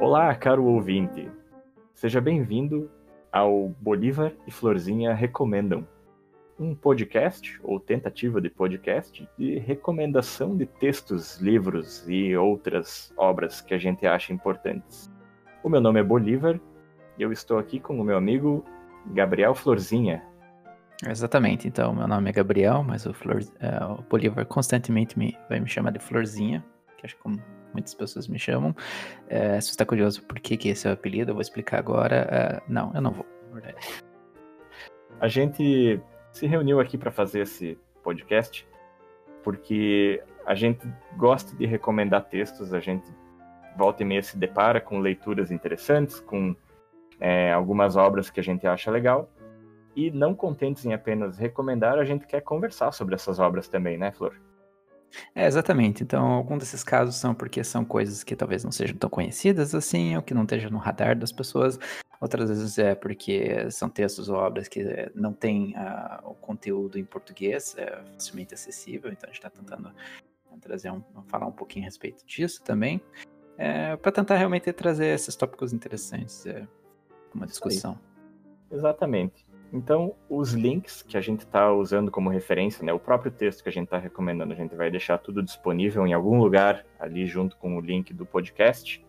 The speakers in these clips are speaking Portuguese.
Olá, caro ouvinte. Seja bem-vindo ao Bolívar e Florzinha Recomendam, um podcast ou tentativa de podcast de recomendação de textos, livros e outras obras que a gente acha importantes. O meu nome é Bolívar e eu estou aqui com o meu amigo Gabriel Florzinha. Exatamente, então meu nome é Gabriel, mas o Bolívar constantemente vai me chamar de Florzinha, que acho que como muitas pessoas me chamam. Se você está curioso por que esse é o apelido, eu vou explicar agora. Não, eu não vou, na verdade. A gente se reuniu aqui para fazer esse podcast porque a gente gosta de recomendar textos, a gente volta e meia se depara com leituras interessantes, com algumas obras que a gente acha legal. E não contentes em apenas recomendar, a gente quer conversar sobre essas obras também, né, Flor? Exatamente. Então, alguns desses casos são porque são coisas que talvez não sejam tão conhecidas assim, ou que não estejam no radar das pessoas. Outras vezes é porque são textos ou obras que não têm o conteúdo em português facilmente acessível. Então, a gente está tentando falar um pouquinho a respeito disso também, para tentar realmente trazer esses tópicos interessantes para uma discussão. Exatamente. Então, os links que a gente está usando como referência, né, o próprio texto que a gente está recomendando, a gente vai deixar tudo disponível em algum lugar ali junto com o link do podcast.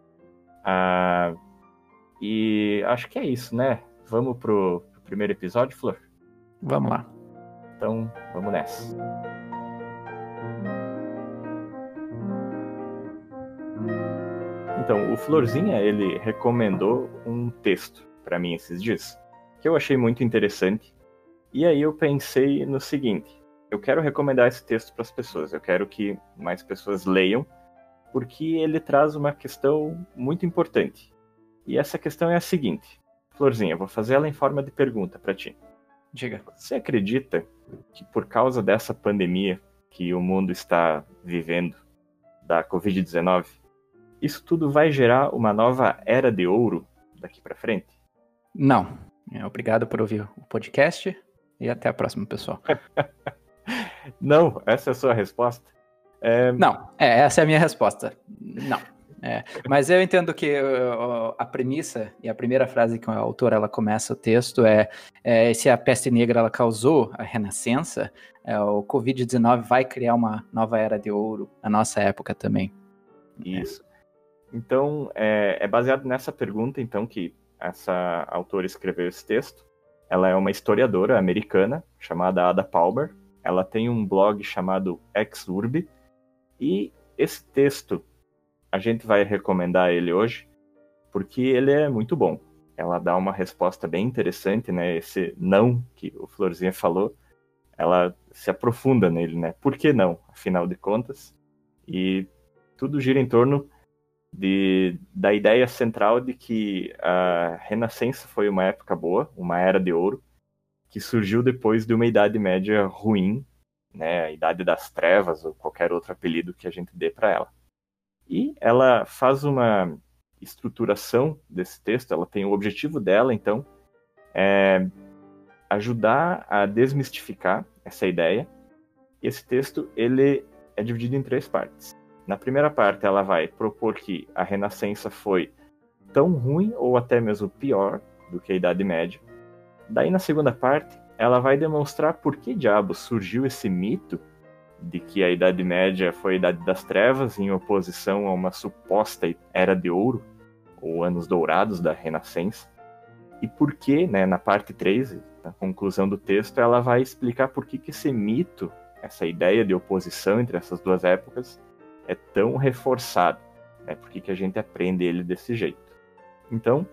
E acho que é isso, né? Vamos pro primeiro episódio, Flor? Vamos lá. Então, vamos nessa. Então, o Florzinha, ele recomendou um texto para mim esses dias, que eu achei muito interessante. E aí eu pensei no seguinte: eu quero recomendar esse texto para as pessoas, eu quero que mais pessoas leiam, porque ele traz uma questão muito importante. E essa questão é a seguinte: Florzinha, eu vou fazer ela em forma de pergunta para ti. Diga. Você acredita que por causa dessa pandemia que o mundo está vivendo, da Covid-19, isso tudo vai gerar uma nova era de ouro daqui para frente? Não. Obrigado por ouvir o podcast e até a próxima, pessoal. Não, essa é a sua resposta? Não, essa é a minha resposta. Não. Mas eu entendo que a premissa e a primeira frase que a autora ela começa o texto se a peste negra ela causou a renascença, o Covid-19 vai criar uma nova era de ouro na nossa época também. Isso. Então, é baseado nessa pergunta, então, que essa autora escreveu esse texto. Ela é uma historiadora americana chamada Ada Palmer. Ela tem um blog chamado Exurb. E esse texto, a gente vai recomendar ele hoje porque ele é muito bom. Ela dá uma resposta bem interessante, né? Esse não que o Florzinha falou, ela se aprofunda nele, né? Por que não, afinal de contas? E tudo gira em torno da ideia central de que a Renascença foi uma época boa, uma era de ouro, que surgiu depois de uma Idade Média ruim, né, a Idade das Trevas, ou qualquer outro apelido que a gente dê para ela. E ela faz uma estruturação desse texto, ela tem o objetivo dela, então, ajudar a desmistificar essa ideia. E esse texto, ele é dividido em 3 partes. Na primeira parte, ela vai propor que a Renascença foi tão ruim ou até mesmo pior do que a Idade Média. Daí, na segunda parte, ela vai demonstrar por que diabos surgiu esse mito de que a Idade Média foi a Idade das Trevas em oposição a uma suposta Era de Ouro, ou Anos Dourados da Renascença. E por que, né, na parte 3, na conclusão do texto, ela vai explicar por que esse mito, essa ideia de oposição entre essas duas épocas, é tão reforçado, né? Por que a gente aprende ele desse jeito. Então,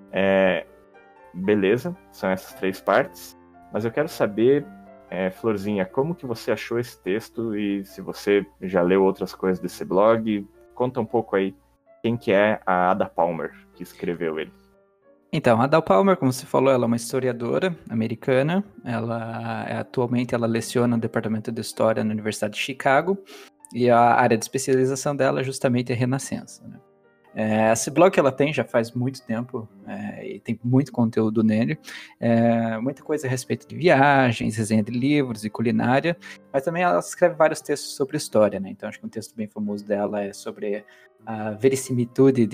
beleza, são essas 3 partes, mas eu quero saber, Florzinha, como que você achou esse texto e se você já leu outras coisas desse blog, conta um pouco aí quem que é a Ada Palmer que escreveu ele. Então, a Ada Palmer, como você falou, ela é uma historiadora americana, atualmente ela leciona no Departamento de História na Universidade de Chicago, e a área de especialização dela é justamente a Renascença, né? Esse blog que ela tem já faz muito tempo, e tem muito conteúdo nele, muita coisa a respeito de viagens, resenha de livros e culinária, mas também ela escreve vários textos sobre história, né? Então acho que um texto bem famoso dela é sobre a verosimilitude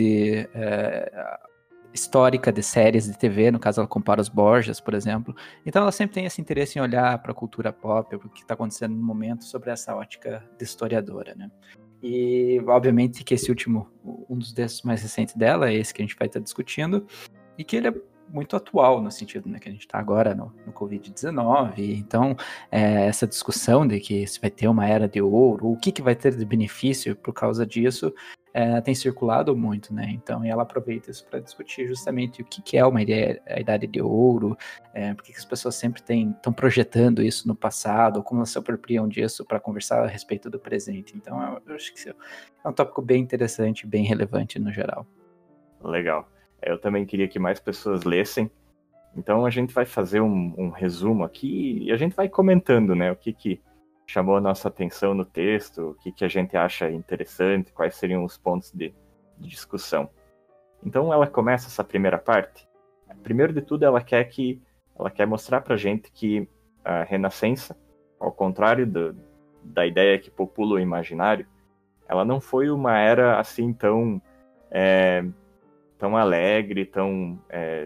histórica de séries de TV, no caso ela compara os Borgias, por exemplo. Então ela sempre tem esse interesse em olhar para a cultura pop, o que está acontecendo no momento, sobre essa ótica de historiadora, né? E, obviamente, que esse último, um dos textos mais recentes dela, é esse que a gente vai estar discutindo, e que ele é muito atual, no sentido, né, que a gente está agora no Covid-19, então, essa discussão de que se vai ter uma era de ouro, o que vai ter de benefício por causa disso, tem circulado muito, né, então, e ela aproveita isso para discutir justamente o que é uma ideia, a idade de ouro, porque as pessoas sempre estão projetando isso no passado, como elas se apropriam disso para conversar a respeito do presente. Então, eu acho que é um tópico bem interessante, bem relevante no geral. Legal. Eu também queria que mais pessoas lessem. Então a gente vai fazer um resumo aqui e a gente vai comentando, né, o que chamou a nossa atenção no texto, o que a gente acha interessante, quais seriam os pontos de discussão. Então ela começa essa primeira parte. Primeiro de tudo, ela quer mostrar pra gente que a Renascença, ao contrário da ideia que popula o imaginário, ela não foi uma era assim tão alegre, com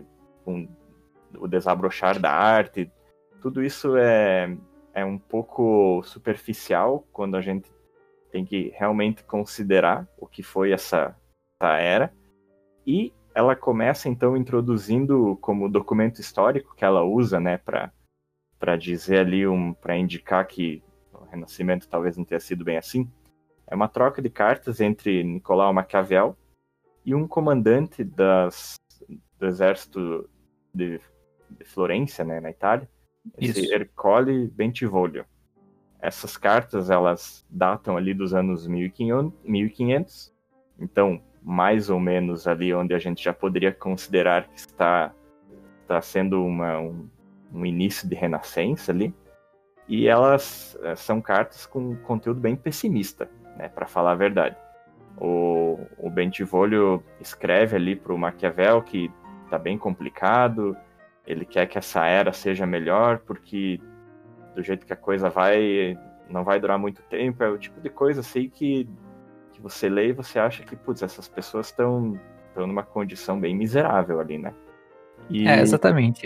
o desabrochar da arte. Tudo isso é um pouco superficial quando a gente tem que realmente considerar o que foi essa era. E ela começa, então, introduzindo como documento histórico que ela usa, né, para dizer ali, para indicar que o Renascimento talvez não tenha sido bem assim. É uma troca de cartas entre Nicolau Maquiavel e um comandante do exército de Florença, né, na Itália, esse Ercole Bentivoglio. Essas cartas, elas datam ali dos anos 1500, então, mais ou menos ali onde a gente já poderia considerar que está sendo um início de renascença ali, e elas são cartas com conteúdo bem pessimista, né, para falar a verdade. O Bentivoglio escreve ali para o Maquiavel que está bem complicado, ele quer que essa era seja melhor, porque do jeito que a coisa não vai durar muito tempo. É o tipo de coisa assim que você lê e você acha que, putz, essas pessoas estão numa condição bem miserável ali, né? Exatamente.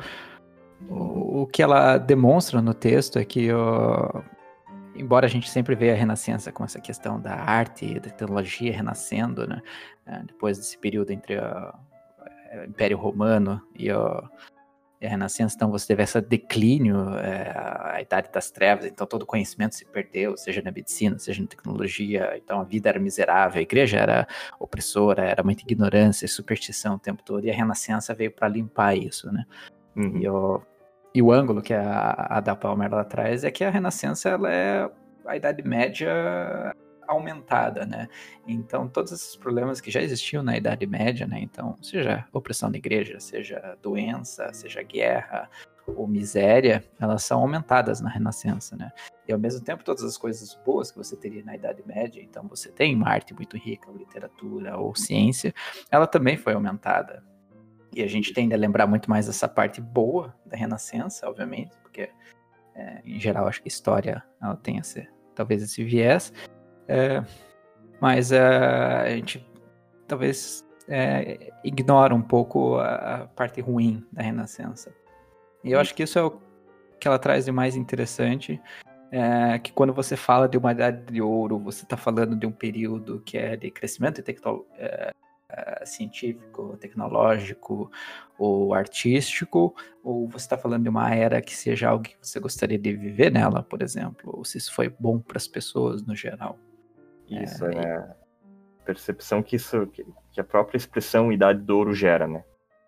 O que ela demonstra no texto é que, embora a gente sempre veja a Renascença com essa questão da arte e da tecnologia renascendo, né? Depois desse período entre o Império Romano e a Renascença, então você teve esse declínio, a Idade das Trevas, então todo o conhecimento se perdeu, seja na medicina, seja na tecnologia, então a vida era miserável, a igreja era opressora, era muita ignorância e superstição o tempo todo, e a Renascença veio para limpar isso, né? Uhum. E o ângulo que a Ada Palmer ela traz é que a Renascença ela é a Idade Média aumentada, né? Então, todos esses problemas que já existiam na Idade Média, né? Então, seja opressão da igreja, seja doença, seja guerra ou miséria, elas são aumentadas na Renascença, né? E, ao mesmo tempo, todas as coisas boas que você teria na Idade Média, então você tem uma arte muito rica, ou literatura ou ciência, ela também foi aumentada. E a gente tende a lembrar muito mais dessa parte boa da Renascença, obviamente, porque, em geral, acho que a história ela tem talvez esse viés, mas a gente talvez ignora um pouco a parte ruim da Renascença. E eu acho que isso é o que ela traz de mais interessante, que quando você fala de uma idade de ouro, você está falando de um período que é de crescimento científico, tecnológico ou artístico, ou você está falando de uma era que seja algo que você gostaria de viver nela, por exemplo, ou se isso foi bom para as pessoas no geral. Isso, né? A percepção que a própria expressão Idade do Ouro gera, né?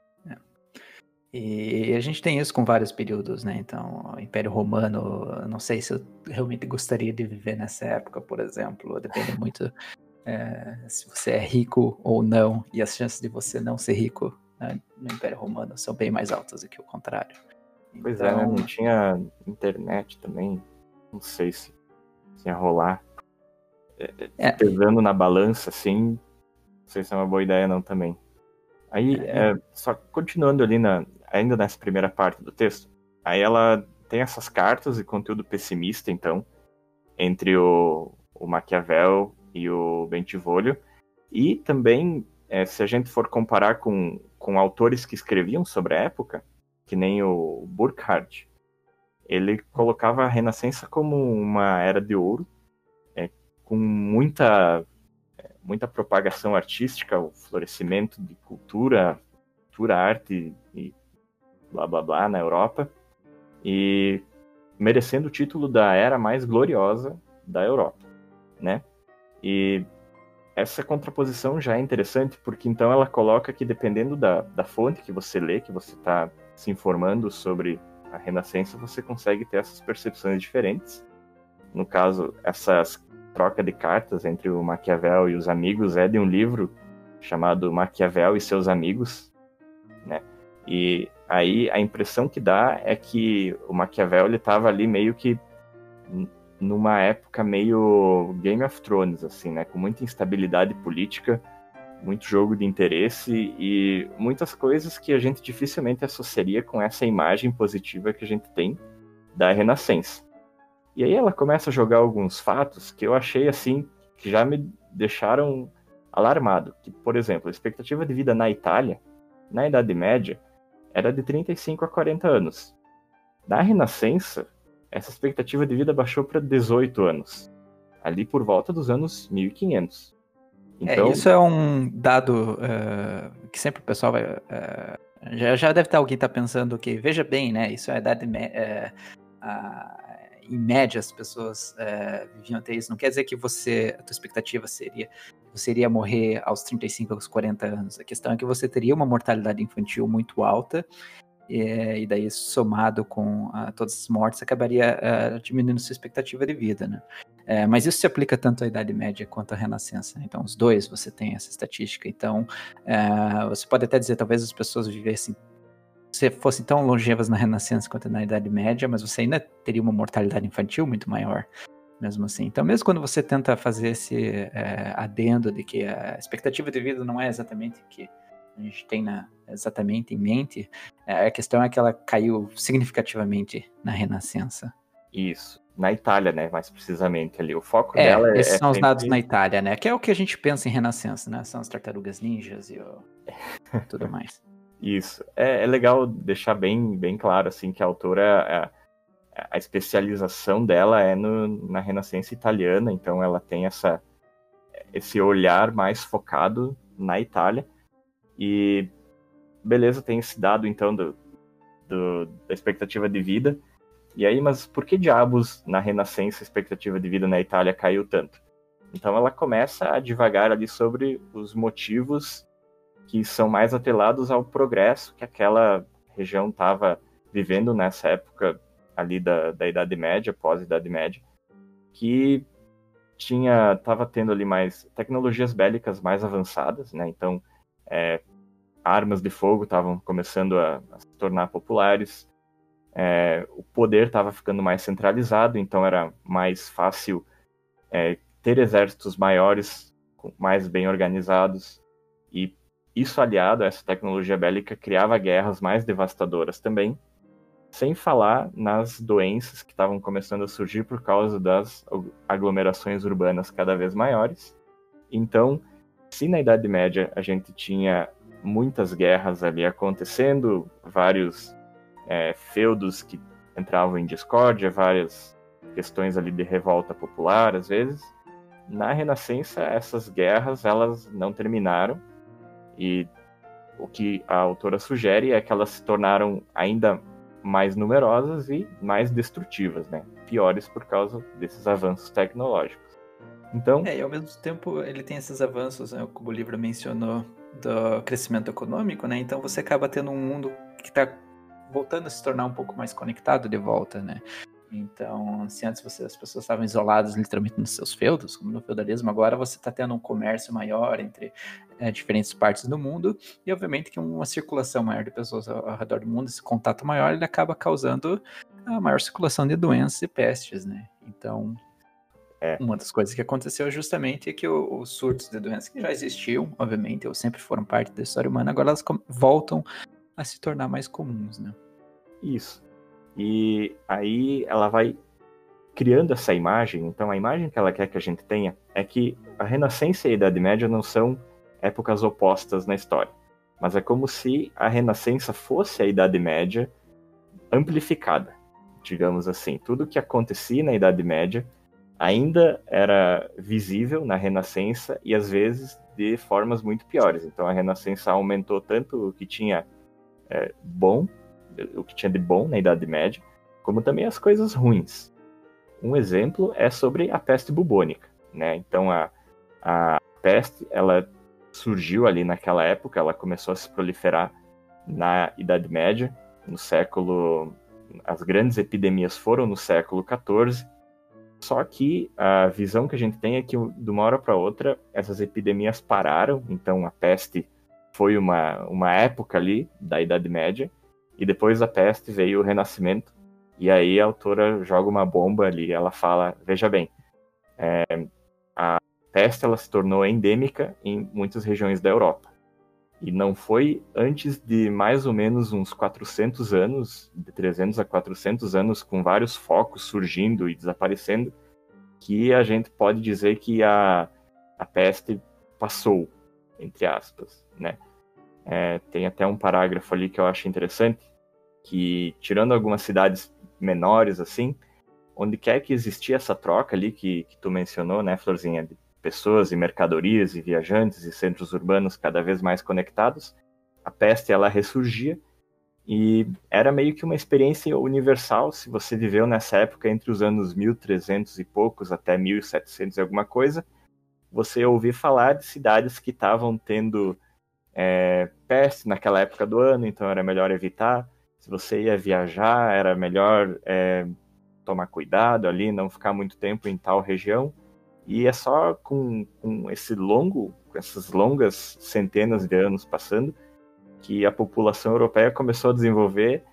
E a gente tem isso com vários períodos, né? Então, o Império Romano, eu não sei se eu realmente gostaria de viver nessa época, por exemplo, depende muito se você é rico ou não, e as chances de você não ser rico, né, no Império Romano são bem mais altas do que o contrário. Pois então, né? Não tinha internet também, não sei se ia rolar. Pesando na balança, assim, sei se é uma boa ideia não também. Aí, só continuando ali, ainda nessa primeira parte do texto, aí ela tem essas cartas e conteúdo pessimista, então, entre o Maquiavel e o Bentivoglio, e também, se a gente for comparar com autores que escreviam sobre a época, que nem o Burckhardt, ele colocava a Renascença como uma era de ouro, com muita propagação artística, o florescimento de cultura, arte e blá blá blá na Europa, e merecendo o título da era mais gloriosa da Europa, né? E essa contraposição já é interessante, porque então ela coloca que dependendo da fonte que você lê, que você está se informando sobre a Renascença, você consegue ter essas percepções diferentes. No caso, essas troca de cartas entre o Maquiavel e os amigos é de um livro chamado Maquiavel e seus Amigos, né? E aí a impressão que dá é que o Maquiavel ele estava ali meio que numa época meio Game of Thrones, assim, né? Com muita instabilidade política, muito jogo de interesse e muitas coisas que a gente dificilmente associaria com essa imagem positiva que a gente tem da Renascença. E aí ela começa a jogar alguns fatos que eu achei, assim, que já me deixaram alarmado. Que, por exemplo, a expectativa de vida na Itália, na Idade Média, era de 35 a 40 anos. Na Renascença, essa expectativa de vida baixou para 18 anos. Ali por volta dos anos 1500. Então, Isso é um dado que sempre o pessoal vai... já deve estar alguém pensando que, veja bem, né? Isso é a Idade Média... em média, as pessoas viviam até isso. Não quer dizer que a tua expectativa seria você iria morrer aos 35, aos 40 anos. A questão é que você teria uma mortalidade infantil muito alta, e daí somado com todas as mortes, acabaria diminuindo sua expectativa de vida, né? Mas isso se aplica tanto à Idade Média quanto à Renascença. Então, os dois, você tem essa estatística. Então, você pode até dizer, talvez as pessoas vivessem se fossem tão longevas na Renascença quanto na Idade Média, mas você ainda teria uma mortalidade infantil muito maior, mesmo assim. Então, mesmo quando você tenta fazer esse adendo de que a expectativa de vida não é exatamente o que a gente tem exatamente em mente, a questão é que ela caiu significativamente na Renascença. isso. Na Itália, né, mais precisamente ali. O foco dela esses são os sempre... dados na Itália, né? Que é o que a gente pensa em Renascença, né? São as tartarugas ninjas e tudo mais. Isso. É legal deixar bem claro, assim, que a autora, a especialização dela é na Renascença italiana, então ela tem esse olhar mais focado na Itália. E beleza, tem esse dado, então, da expectativa de vida. E aí, mas por que diabos na Renascença a expectativa de vida na Itália caiu tanto? Então ela começa a divagar ali sobre os motivos que são mais atrelados ao progresso que aquela região estava vivendo nessa época ali da Idade Média, pós-Idade Média, que estava tendo ali mais tecnologias bélicas mais avançadas, né? Então, armas de fogo estavam começando a se tornar populares, o poder estava ficando mais centralizado, então era mais fácil ter exércitos maiores, mais bem organizados, e isso aliado a essa tecnologia bélica criava guerras mais devastadoras também, sem falar nas doenças que estavam começando a surgir por causa das aglomerações urbanas cada vez maiores. Então, se na Idade Média a gente tinha muitas guerras ali acontecendo, vários feudos que entravam em discórdia, várias questões ali de revolta popular às vezes, na Renascença essas guerras elas não terminaram, e o que a autora sugere é que elas se tornaram ainda mais numerosas e mais destrutivas, né? Piores por causa desses avanços tecnológicos. Então, e ao mesmo tempo ele tem esses avanços, né, como o livro mencionou, do crescimento econômico, né? Então você acaba tendo um mundo que está voltando a se tornar um pouco mais conectado de volta, né? Então, se antes as pessoas estavam isoladas literalmente nos seus feudos, como no feudalismo, agora você está tendo um comércio maior entre diferentes partes do mundo, e obviamente que uma circulação maior de pessoas ao redor do mundo, esse contato maior, ele acaba causando a maior circulação de doenças e pestes, né? Então... Uma das coisas que aconteceu justamente é que os surtos de doenças que já existiam, obviamente, ou sempre foram parte da história humana, agora elas voltam a se tornar mais comuns, né? Isso. E aí ela vai criando essa imagem. Então a imagem que ela quer que a gente tenha é que a Renascença e a Idade Média não são épocas opostas na história. Mas é como se a Renascença fosse a Idade Média amplificada, digamos assim. Tudo que acontecia na Idade Média ainda era visível na Renascença e às vezes de formas muito piores. Então a Renascença aumentou tanto o que tinha o que tinha de bom na Idade Média, como também as coisas ruins. Um exemplo é sobre a peste bubônica, né? Então a peste, ela surgiu ali naquela época, ela começou a se proliferar na Idade Média, as grandes epidemias foram no século XIV. Só que a visão que a gente tem é que de uma hora para outra essas epidemias pararam. Então a peste foi uma época ali da Idade Média, e depois da peste veio o Renascimento. E aí a autora joga uma bomba ali, ela fala, veja bem, a peste ela se tornou endêmica em muitas regiões da Europa. E não foi antes de mais ou menos uns 400 anos, de 300 a 400 anos, com vários focos surgindo e desaparecendo, que a gente pode dizer que a peste passou, entre aspas, né? Tem até um parágrafo ali que eu acho interessante, que tirando algumas cidades menores, assim, onde quer que existia essa troca ali que tu mencionou, né, Florzinha, de pessoas e mercadorias e viajantes e centros urbanos cada vez mais conectados, a peste, ela ressurgia e era meio que uma experiência universal. Se você viveu nessa época entre os anos 1300 e poucos até 1700 e alguma coisa, você ouvia falar de cidades que estavam tendo peste naquela época do ano, então era melhor evitar. Se você ia viajar, era melhor tomar cuidado ali, não ficar muito tempo em tal região. E é só com essas longas centenas de anos passando, que a população europeia começou a desenvolver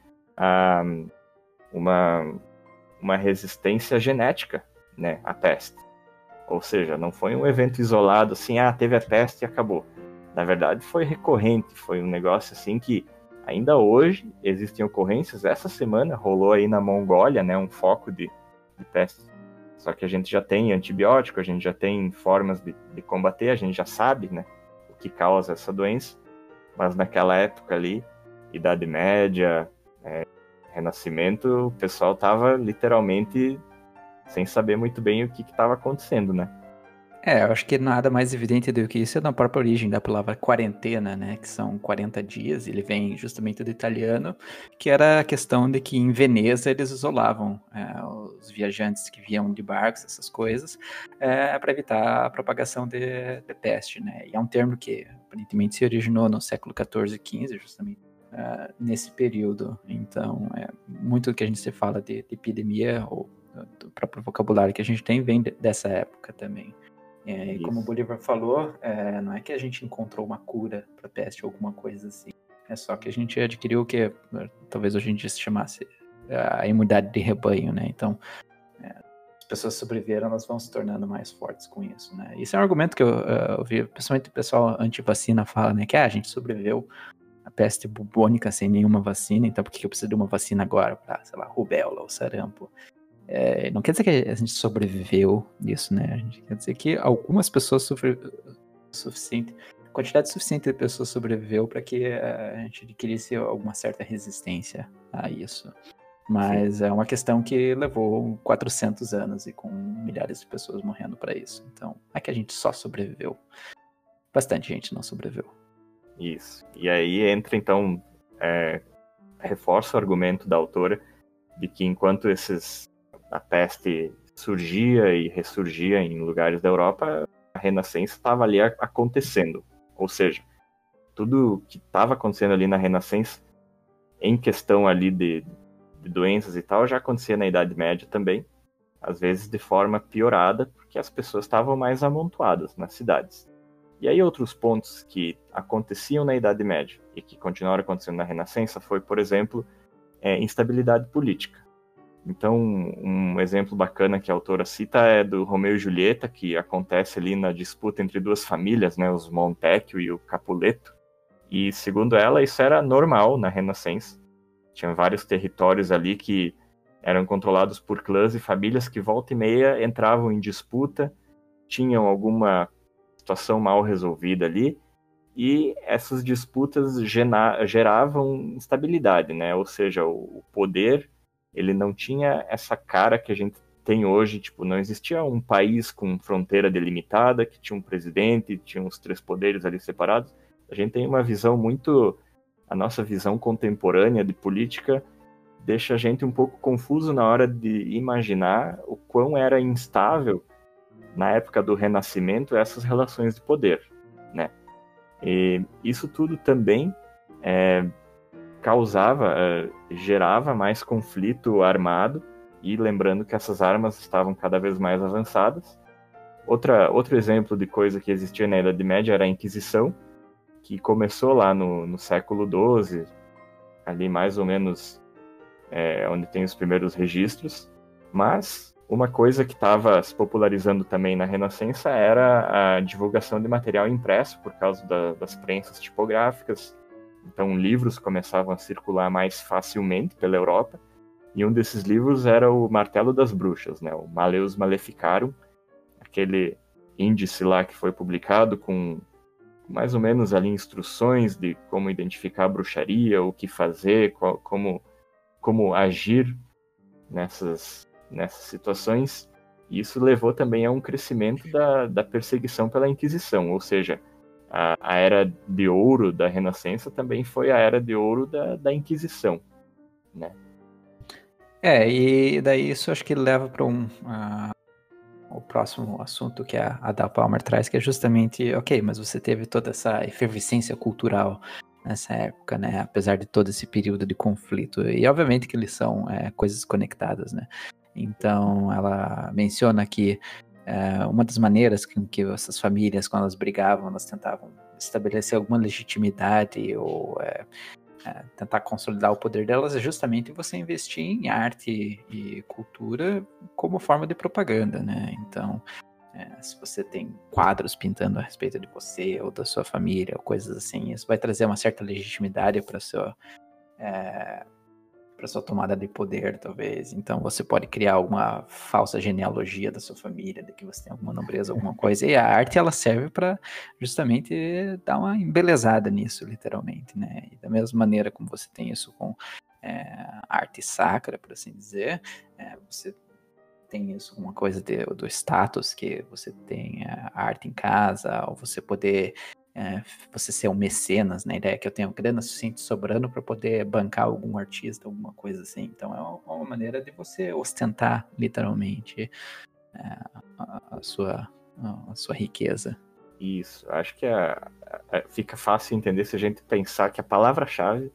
uma resistência genética, né, à peste. Ou seja, não foi um evento isolado assim, teve a peste e acabou. Na verdade, foi recorrente, foi um negócio assim que ainda hoje existem ocorrências. Essa semana rolou aí na Mongólia, né, um foco de peste. Só que a gente já tem antibiótico, a gente já tem formas de combater, a gente já sabe, né, o que causa essa doença. Mas naquela época ali, Idade Média, Renascimento, o pessoal tava literalmente sem saber muito bem o que estava acontecendo, né? Eu acho que nada mais evidente do que isso é na própria origem da palavra quarentena, né? Que são 40 dias, ele vem justamente do italiano, que era a questão de que em Veneza eles isolavam os viajantes que vinham de barcos, essas coisas, para evitar a propagação de peste, né? E é um termo que aparentemente se originou no século XIV e XV, justamente nesse período. Então, muito do que a gente se fala de epidemia, ou do próprio vocabulário que a gente tem, vem dessa época também. E como o Bolívar falou, não é que a gente encontrou uma cura para peste ou alguma coisa assim. É só que a gente adquiriu o que talvez hoje em dia se chamasse a imunidade de rebanho, né? Então, as pessoas sobreviveram, elas vão se tornando mais fortes com isso, né? Isso é um argumento que eu ouvi, principalmente o pessoal anti-vacina fala, né? Que a gente sobreviveu à peste bubônica sem nenhuma vacina, então por que eu preciso de uma vacina agora para, sei lá, rubéola ou sarampo? Não quer dizer que a gente sobreviveu disso, né? A gente quer dizer que algumas pessoas quantidade suficiente de pessoas sobreviveu para que a gente adquirisse alguma certa resistência a isso. Mas Sim. É uma questão que levou 400 anos e com milhares de pessoas morrendo para isso. Então, não é que a gente só sobreviveu. Bastante gente não sobreviveu. Isso. E aí entra, então, reforça o argumento da autora de que enquanto a peste surgia e ressurgia em lugares da Europa, a Renascença estava ali acontecendo. Ou seja, tudo que estava acontecendo ali na Renascença, em questão ali de doenças e tal, já acontecia na Idade Média também, às vezes de forma piorada, porque as pessoas estavam mais amontoadas nas cidades. E aí outros pontos que aconteciam na Idade Média e que continuaram acontecendo na Renascença foi, por exemplo, instabilidade política. Então, um exemplo bacana que a autora cita é do Romeu e Julieta, que acontece ali na disputa entre duas famílias, né, os Montecchio e o Capuleto. E, segundo ela, isso era normal na Renascença. Tinha vários territórios ali que eram controlados por clãs e famílias que volta e meia entravam em disputa, tinham alguma situação mal resolvida ali, e essas disputas geravam instabilidade, né? Ou seja, o poder, ele não tinha essa cara que a gente tem hoje, tipo, não existia um país com fronteira delimitada, que tinha um presidente, tinha os três poderes ali separados. A gente tem uma visão muito... A nossa visão contemporânea de política deixa a gente um pouco confuso na hora de imaginar o quão era instável, na época do Renascimento, essas relações de poder, né? E isso tudo também gerava mais conflito armado, e lembrando que essas armas estavam cada vez mais avançadas. Outro exemplo de coisa que existia na Idade Média era a Inquisição, que começou lá no século XII, ali mais ou menos onde tem os primeiros registros, mas uma coisa que estava se popularizando também na Renascença era a divulgação de material impresso por causa das prensas tipográficas. Então, livros começavam a circular mais facilmente pela Europa, e um desses livros era o Martelo das Bruxas, né? O Malleus Maleficarum, aquele índice lá que foi publicado com mais ou menos ali instruções de como identificar a bruxaria, o que fazer, como agir nessas situações. E isso levou também a um crescimento da perseguição pela Inquisição, ou seja, a era de ouro da Renascença também foi a era de ouro da Inquisição, né? E daí isso acho que leva para o próximo assunto que a Ada Palmer traz, que é justamente, ok, mas você teve toda essa efervescência cultural nessa época, né, apesar de todo esse período de conflito, e obviamente que eles são coisas conectadas, né, então ela menciona que uma das maneiras que essas famílias, quando elas brigavam, elas tentavam estabelecer alguma legitimidade ou tentar consolidar o poder delas é justamente você investir em arte e cultura como forma de propaganda, né? Então, se você tem quadros pintando a respeito de você ou da sua família, ou coisas assim, isso vai trazer uma certa legitimidade para sua tomada de poder, talvez. Então, você pode criar alguma falsa genealogia da sua família, de que você tem alguma nobreza, alguma coisa. E a arte, ela serve para justamente dar uma embelezada nisso, literalmente, né? E da mesma maneira como você tem isso com arte sacra, por assim dizer, você tem isso, uma coisa do status, que você tem a arte em casa, ou você poder você ser um mecenas, né? A ideia é que eu tenho grana suficiente sobrando para poder bancar algum artista, alguma coisa assim. Então é uma maneira de você ostentar, literalmente, a sua riqueza. Isso, acho que fica fácil entender se a gente pensar que a palavra-chave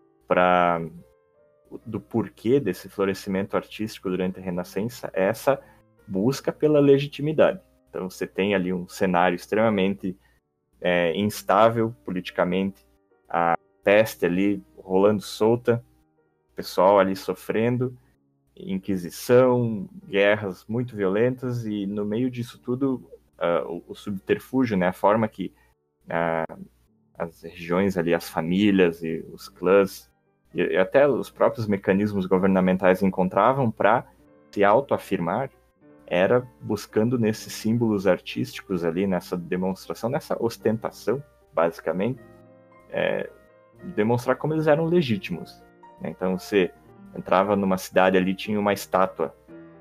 do porquê desse florescimento artístico durante a Renascença é essa busca pela legitimidade. Então você tem ali um cenário extremamente instável politicamente, a peste ali rolando solta, o pessoal ali sofrendo, Inquisição, guerras muito violentas, e no meio disso tudo o subterfúgio, né, a forma que as regiões ali, as famílias e os clãs e até os próprios mecanismos governamentais encontravam para se autoafirmar era buscando nesses símbolos artísticos ali, nessa demonstração, nessa ostentação, basicamente, demonstrar como eles eram legítimos, né? Então você entrava numa cidade ali, tinha uma estátua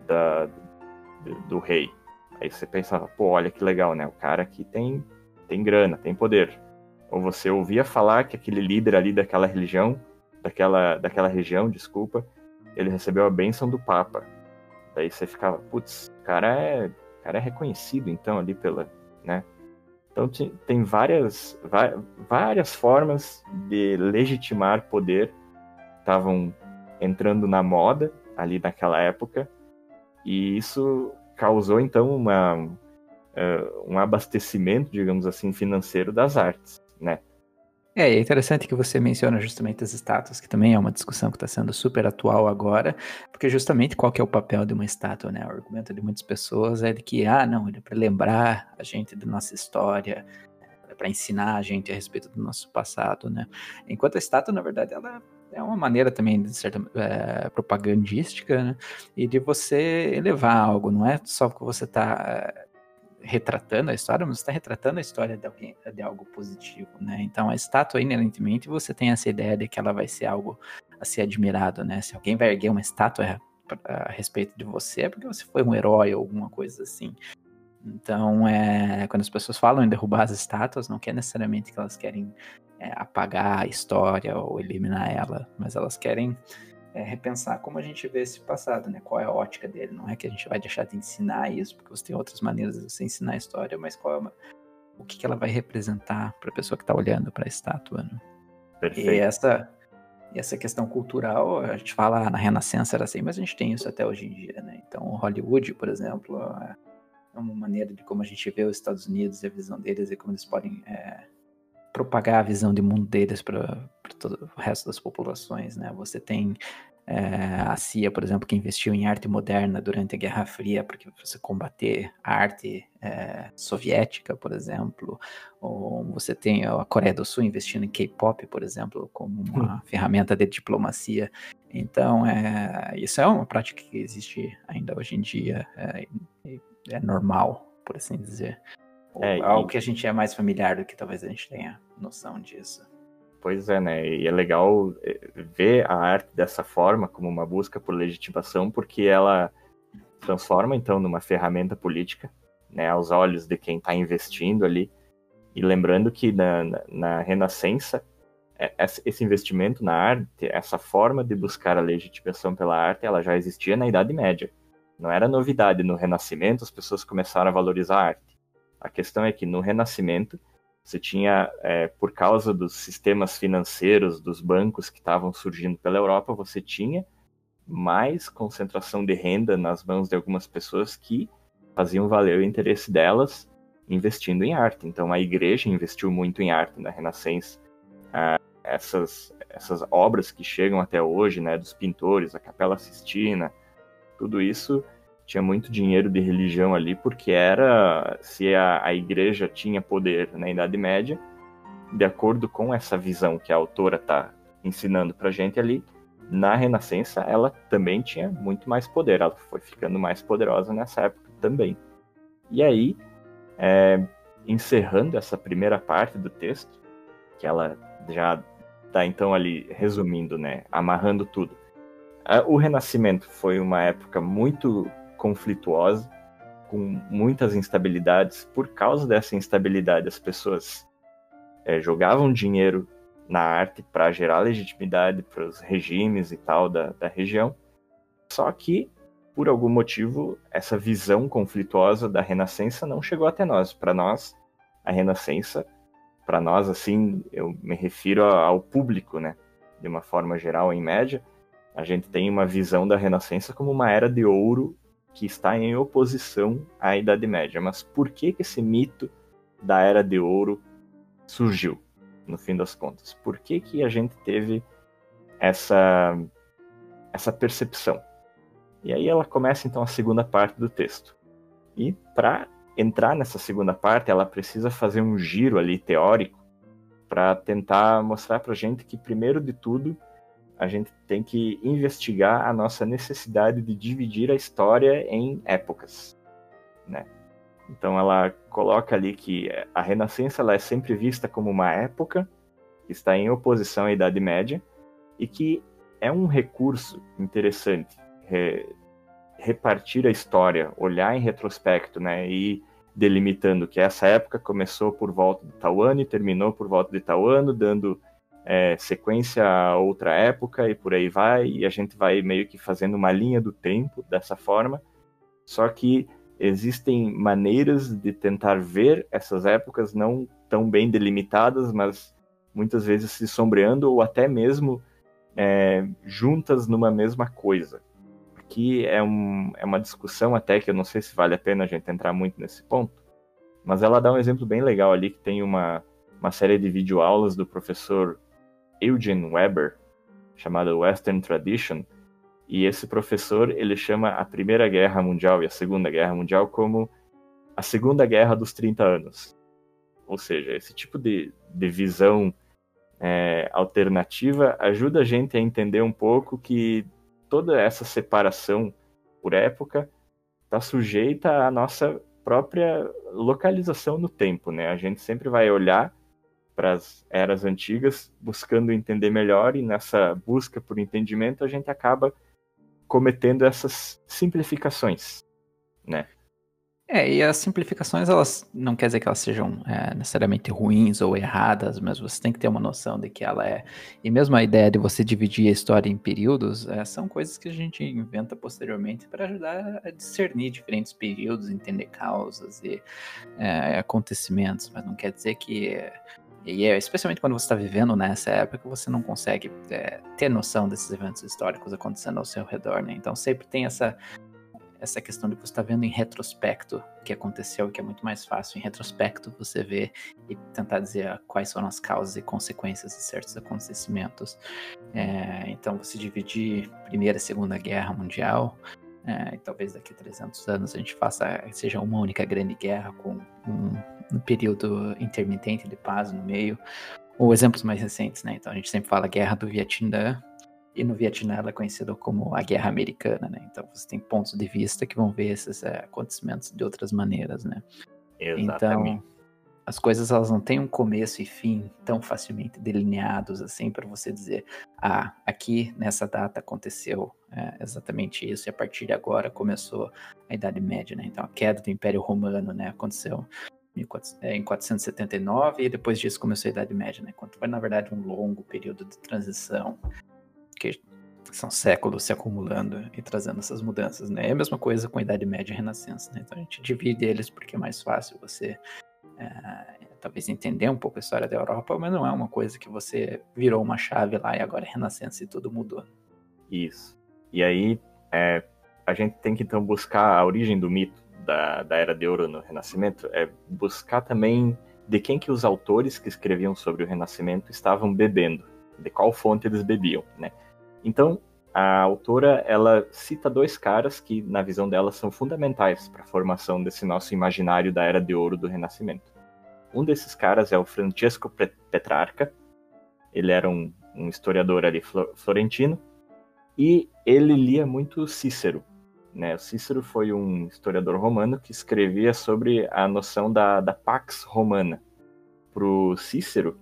do rei. Aí você pensava, pô, olha que legal, né? O cara aqui tem grana, tem poder. Ou você ouvia falar que aquele líder ali daquela religião, daquela região, desculpa, ele recebeu a bênção do Papa. Daí você ficava, putz, o cara é reconhecido, então, ali né? Então tem várias formas de legitimar poder que estavam entrando na moda ali naquela época, e isso causou, então, um abastecimento, digamos assim, financeiro das artes, né? É interessante que você menciona justamente as estátuas, que também é uma discussão que está sendo super atual agora, porque justamente qual que é o papel de uma estátua, né? O argumento de muitas pessoas é de que, não, ele é para lembrar a gente da nossa história, para ensinar a gente a respeito do nosso passado, né? Enquanto a estátua, na verdade, ela é uma maneira também, de certa propagandística, né? E de você elevar algo, não é só que você está retratando a história, mas você está retratando a história de alguém, de algo positivo, né? Então a estátua, inerentemente, você tem essa ideia de que ela vai ser algo a ser admirado, né? Se alguém vai erguer uma estátua a respeito de você, é porque você foi um herói ou alguma coisa assim. Então, quando as pessoas falam em derrubar as estátuas, não quer necessariamente que elas querem apagar a história ou eliminar ela, mas elas querem repensar como a gente vê esse passado, né? Qual é a ótica dele? Não é que a gente vai deixar de ensinar isso, porque você tem outras maneiras de você ensinar a história, mas o que ela vai representar para a pessoa que está olhando para a estátua, né? E Perfeito. essa questão cultural, a gente fala na Renascença era assim, mas a gente tem isso até hoje em dia, né? Então, Hollywood, por exemplo, é uma maneira de como a gente vê os Estados Unidos e a visão deles e como eles podem propagar a visão de mundo deles para todo o resto das populações, né? Você tem a CIA, por exemplo, que investiu em arte moderna durante a Guerra Fria para você combater a arte soviética, por exemplo. Ou você tem a Coreia do Sul investindo em K-pop, por exemplo, como uma ferramenta de diplomacia. Então, isso é uma prática que existe ainda hoje em dia, é normal, por assim dizer. Ou algo E que a gente é mais familiar do que talvez a gente tenha noção disso. pois é, né? E é legal ver a arte dessa forma, como uma busca por legitimação, porque ela transforma, então, numa ferramenta política, né? Aos olhos de quem está investindo ali. E lembrando que na Renascença, esse investimento na arte, essa forma de buscar a legitimação pela arte, ela já existia na Idade Média. Não era novidade. No Renascimento, as pessoas começaram a valorizar a arte. A questão é que no Renascimento, você tinha, por causa dos sistemas financeiros, dos bancos que estavam surgindo pela Europa, você tinha mais concentração de renda nas mãos de algumas pessoas que faziam valer o interesse delas investindo em arte. Então a igreja investiu muito em arte na Renascença. Essas obras que chegam até hoje, né, dos pintores, a Capela Sistina, tudo isso tinha muito dinheiro de religião ali, porque se a igreja tinha poder na Idade Média, de acordo com essa visão que a autora está ensinando para a gente ali, na Renascença ela também tinha muito mais poder, ela foi ficando mais poderosa nessa época também. E aí, encerrando essa primeira parte do texto, que ela já está então ali resumindo, né, amarrando tudo. O Renascimento foi uma época muito conflituosa, com muitas instabilidades. Por causa dessa instabilidade, as pessoas jogavam dinheiro na arte para gerar legitimidade para os regimes e tal da região. Só que, por algum motivo, essa visão conflituosa da Renascença não chegou até nós. Para nós, a Renascença, para nós, assim, eu me refiro ao público, né? De uma forma geral, em média, a gente tem uma visão da Renascença como uma era de ouro que está em oposição à Idade Média. Mas por que esse mito da Era de Ouro surgiu, no fim das contas? Por que a gente teve essa percepção? E aí ela começa, então, a segunda parte do texto. E para entrar nessa segunda parte, ela precisa fazer um giro ali teórico para tentar mostrar para a gente que, primeiro de tudo, a gente tem que investigar a nossa necessidade de dividir a história em épocas, né? Então ela coloca ali que a Renascença ela é sempre vista como uma época que está em oposição à Idade Média e que é um recurso interessante repartir a história, olhar em retrospecto, né, e delimitando que essa época começou por volta de tal ano e terminou por volta de tal ano, dando sequência a outra época e por aí vai, e a gente vai meio que fazendo uma linha do tempo dessa forma, só que existem maneiras de tentar ver essas épocas não tão bem delimitadas, mas muitas vezes se sombreando ou até mesmo juntas numa mesma coisa. Aqui é uma discussão até que eu não sei se vale a pena a gente entrar muito nesse ponto, mas ela dá um exemplo bem legal ali, que tem uma uma série de videoaulas do professor Eugene Weber, chamada Western Tradition, e esse professor, ele chama a Primeira Guerra Mundial e a Segunda Guerra Mundial como a Segunda Guerra dos 30 anos. Ou seja, esse tipo de visão alternativa ajuda a gente a entender um pouco que toda essa separação por época está sujeita à nossa própria localização no tempo, né? A gente sempre vai olhar para as eras antigas buscando entender melhor, e nessa busca por entendimento a gente acaba cometendo essas simplificações, né? E as simplificações, elas não quer dizer que elas sejam necessariamente ruins ou erradas, mas você tem que ter uma noção de que ela é... E mesmo a ideia de você dividir a história em períodos, são coisas que a gente inventa posteriormente para ajudar a discernir diferentes períodos, entender causas e acontecimentos, mas não quer dizer que... especialmente quando você está vivendo nessa época, você não consegue ter noção desses eventos históricos acontecendo ao seu redor, né? Então sempre tem essa questão de você estar vendo em retrospecto o que aconteceu, que é muito mais fácil em retrospecto você ver e tentar dizer quais foram as causas e consequências de certos acontecimentos. Então você dividir Primeira e Segunda Guerra Mundial, e talvez daqui a 300 anos a gente seja uma única grande guerra com um período intermitente de paz no meio, ou exemplos mais recentes, né? Então a gente sempre fala Guerra do Vietnã, e no Vietnã ela é conhecida como a Guerra Americana, né? Então você tem pontos de vista que vão ver esses acontecimentos de outras maneiras, né? Exatamente. Então as coisas, elas não têm um começo e fim tão facilmente delineados assim para você dizer, aqui nessa data aconteceu exatamente isso, e a partir de agora começou a Idade Média, né? Então a queda do Império Romano, né, aconteceu em 479, e depois disso começou a Idade Média, né? Foi na verdade um longo período de transição, que são séculos se acumulando e trazendo essas mudanças, né? É a mesma coisa com a Idade Média e a Renascença, né? Então a gente divide eles porque é mais fácil você talvez entender um pouco a história da Europa, mas não é uma coisa que você virou uma chave lá e agora é Renascença e tudo mudou. Isso. E aí a gente tem que então buscar a origem do mito da Era de Ouro no Renascimento, buscar também de quem que os autores que escreviam sobre o Renascimento estavam bebendo, de qual fonte eles bebiam, né? Então, a autora, ela cita dois caras que, na visão dela, são fundamentais para a formação desse nosso imaginário da Era de Ouro do Renascimento. Um desses caras é o Francesco Petrarca. Ele era um historiador ali florentino, e ele lia muito Cícero, né? O Cícero foi um historiador romano que escrevia sobre a noção da Pax Romana. Para o Cícero,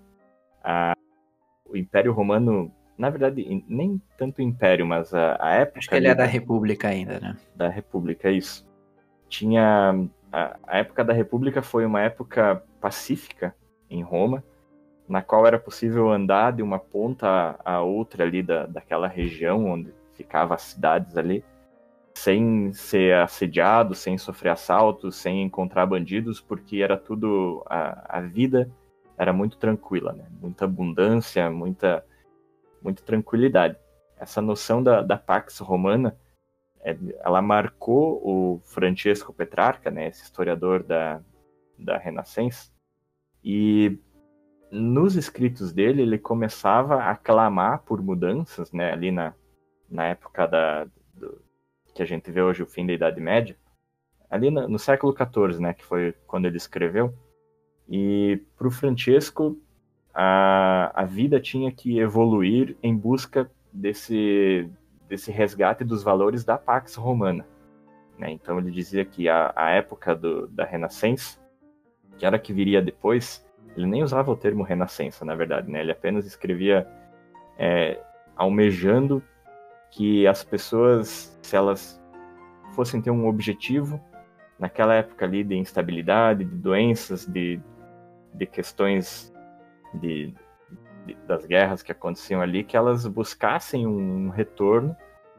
o Império Romano, na verdade, nem tanto o Império, mas a época... Acho que ele é da República ainda, né? Da República, isso. Tinha... A época da República foi uma época pacífica em Roma, na qual era possível andar de uma ponta a outra ali daquela região onde ficavam as cidades ali, sem ser assediado, sem sofrer assaltos, sem encontrar bandidos, porque era tudo... A vida era muito tranquila, né? Muita abundância, muita tranquilidade. Essa noção da Pax Romana, ela marcou o Francesco Petrarca, né, esse historiador da Renascença, e nos escritos dele ele começava a clamar por mudanças, né, ali na época que a gente vê hoje o fim da Idade Média, ali no século XIV, né, que foi quando ele escreveu. E para o Francesco, a vida tinha que evoluir em busca desse resgate dos valores da Pax Romana, né? Então ele dizia que a época da Renascença, que era que viria depois, ele nem usava o termo Renascença, na verdade, né? Ele apenas escrevia almejando que as pessoas, se elas fossem ter um objetivo, naquela época ali de instabilidade, de doenças, de questões das guerras que aconteciam ali, que elas buscassem um retorno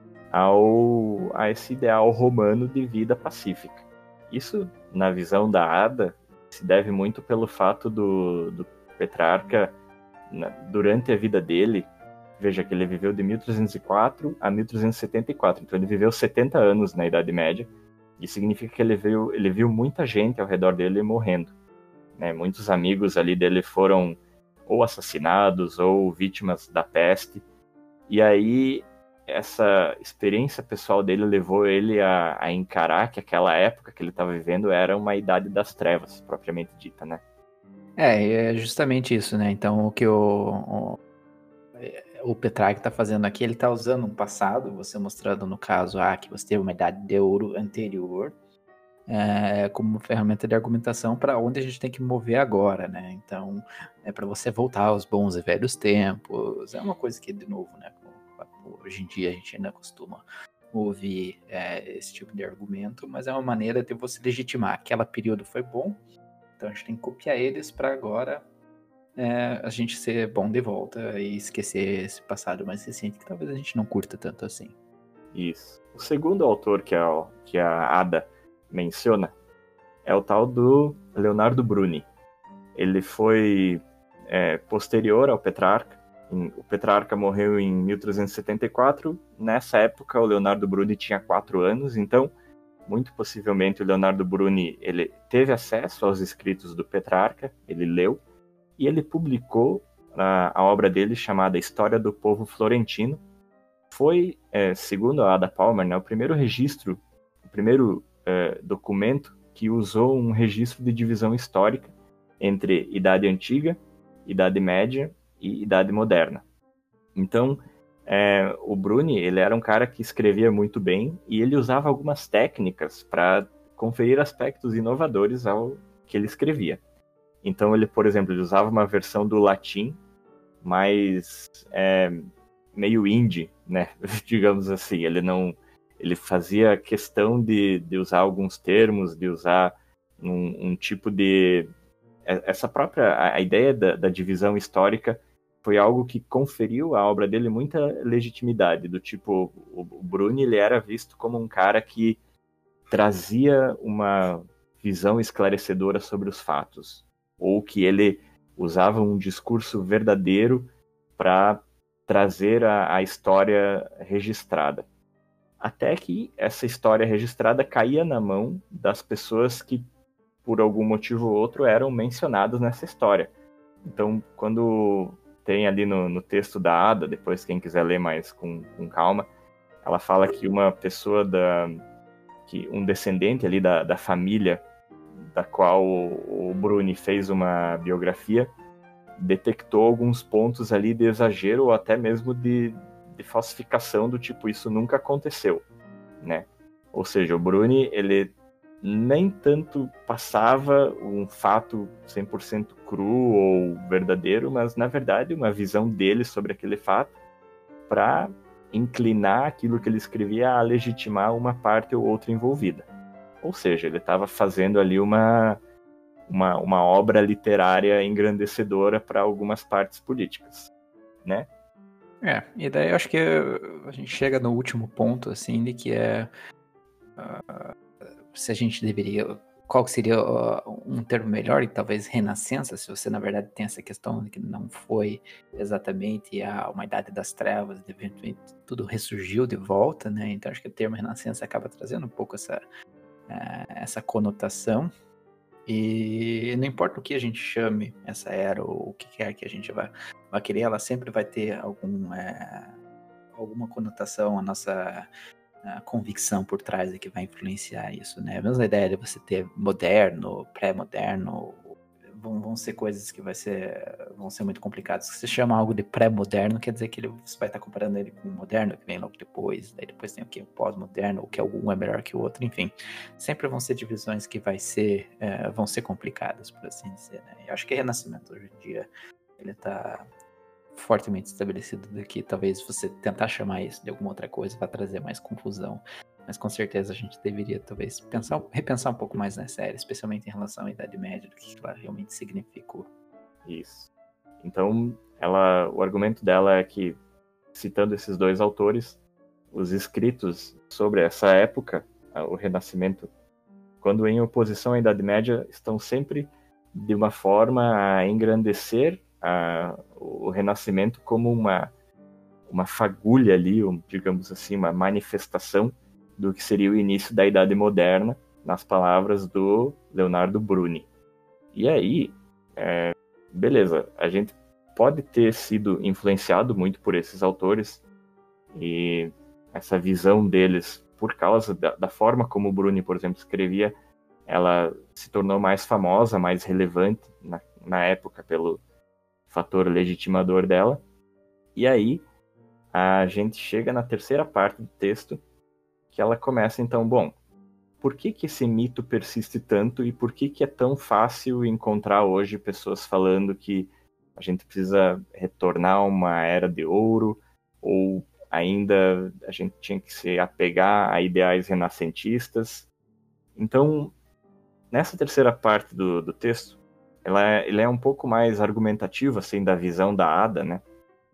a esse ideal romano de vida pacífica. Isso, na visão da Ada, se deve muito pelo fato do Petrarca, durante a vida dele, veja que ele viveu de 1304 a 1374, então ele viveu 70 anos na Idade Média, e significa que ele viu muita gente ao redor dele morrendo. né? Muitos amigos ali dele foram ou assassinados ou vítimas da peste. E aí essa experiência pessoal dele levou ele a encarar que aquela época que ele estava vivendo era uma idade das trevas, propriamente dita, né? É justamente isso, né? Então, o que o Petrarca está fazendo aqui, ele está usando um passado, você mostrando no caso que você teve uma idade de ouro anterior, como ferramenta de argumentação para onde a gente tem que mover agora, né? Então, é para você voltar aos bons e velhos tempos. É uma coisa que, de novo, né? Hoje em dia a gente ainda costuma ouvir esse tipo de argumento, mas é uma maneira de você legitimar. Aquele período foi bom, então a gente tem que copiar eles para agora a gente ser bom de volta e esquecer esse passado mais recente que talvez a gente não curta tanto assim. Isso. O segundo autor que a Ada menciona é o tal do Leonardo Bruni. Ele foi posterior ao Petrarca. O Petrarca morreu em 1374. Nessa época, o Leonardo Bruni tinha 4 anos, então, muito possivelmente, o Leonardo Bruni ele teve acesso aos escritos do Petrarca, ele leu, e ele publicou a obra dele chamada História do Povo Florentino. Foi, segundo a Ada Palmer, né, o primeiro registro, o primeiro documento que usou um registro de divisão histórica entre Idade Antiga, Idade Média e Idade Moderna. Então, o Bruni ele era um cara que escrevia muito bem e ele usava algumas técnicas para conferir aspectos inovadores ao que ele escrevia. Então, ele, por exemplo, ele usava uma versão do latim mais meio indie, né? Digamos assim. Ele fazia questão de usar alguns termos, de usar um tipo de... Essa própria a ideia da divisão histórica foi algo que conferiu à obra dele muita legitimidade, do tipo, o Bruni ele era visto como um cara que trazia uma visão esclarecedora sobre os fatos, ou que ele usava um discurso verdadeiro para trazer a história registrada. Até que essa história registrada caía na mão das pessoas que, por algum motivo ou outro, eram mencionadas nessa história. Então, quando tem ali no texto da Ada, depois quem quiser ler mais com calma, ela fala que uma pessoa, que um descendente ali da família da qual o Bruni fez uma biografia, detectou alguns pontos ali de exagero ou até mesmo de falsificação do tipo, isso nunca aconteceu, né? Ou seja, o Bruni, ele nem tanto passava um fato 100% cru ou verdadeiro, mas, na verdade, uma visão dele sobre aquele fato para inclinar aquilo que ele escrevia a legitimar uma parte ou outra envolvida. Ou seja, ele estava fazendo ali uma obra literária engrandecedora para algumas partes políticas, né? E daí eu acho que a gente chega no último ponto, assim, de que se a gente deveria... Qual seria um termo melhor? E talvez renascença, se você, na verdade, tem essa questão de que não foi exatamente uma idade das trevas, de repente tudo ressurgiu de volta, né? Então acho que o termo renascença acaba trazendo um pouco essa conotação. E não importa o que a gente chame essa era, ou o que quer que a gente vai querer, ela sempre vai ter alguma conotação, a nossa convicção por trás que vai influenciar isso, né? A mesma ideia de você ter moderno, pré-moderno, vão ser coisas que vão ser muito complicadas. Se você chama algo de pré-moderno, quer dizer que você vai estar comparando ele com o moderno, que vem logo depois, daí depois tem o que? O pós-moderno, o que algum é melhor que o outro, enfim. Sempre vão ser divisões que vão ser complicadas, por assim dizer, né? Eu acho que o Renascimento, hoje em dia, ele está fortemente estabelecido de que talvez você tentar chamar isso de alguma outra coisa vai trazer mais confusão. Mas com certeza a gente deveria talvez repensar um pouco mais na série, especialmente em relação à Idade Média, do que ela realmente significou. Isso. Então, o argumento dela é que, citando esses dois autores, os escritos sobre essa época, o Renascimento, quando em oposição à Idade Média, estão sempre de uma forma a engrandecer o Renascimento como uma fagulha ali, digamos assim, uma manifestação do que seria o início da Idade Moderna, nas palavras do Leonardo Bruni. E aí, beleza, a gente pode ter sido influenciado muito por esses autores e essa visão deles, por causa da forma como o Bruni, por exemplo, escrevia, ela se tornou mais famosa, mais relevante na época pelo fator legitimador dela. E aí, a gente chega na terceira parte do texto, que ela começa então, bom, por que esse mito persiste tanto e por que é tão fácil encontrar hoje pessoas falando que a gente precisa retornar a uma era de ouro, ou ainda a gente tinha que se apegar a ideais renascentistas? Então, nessa terceira parte do texto, ele é um pouco mais argumentativo, assim, da visão da Ada, né?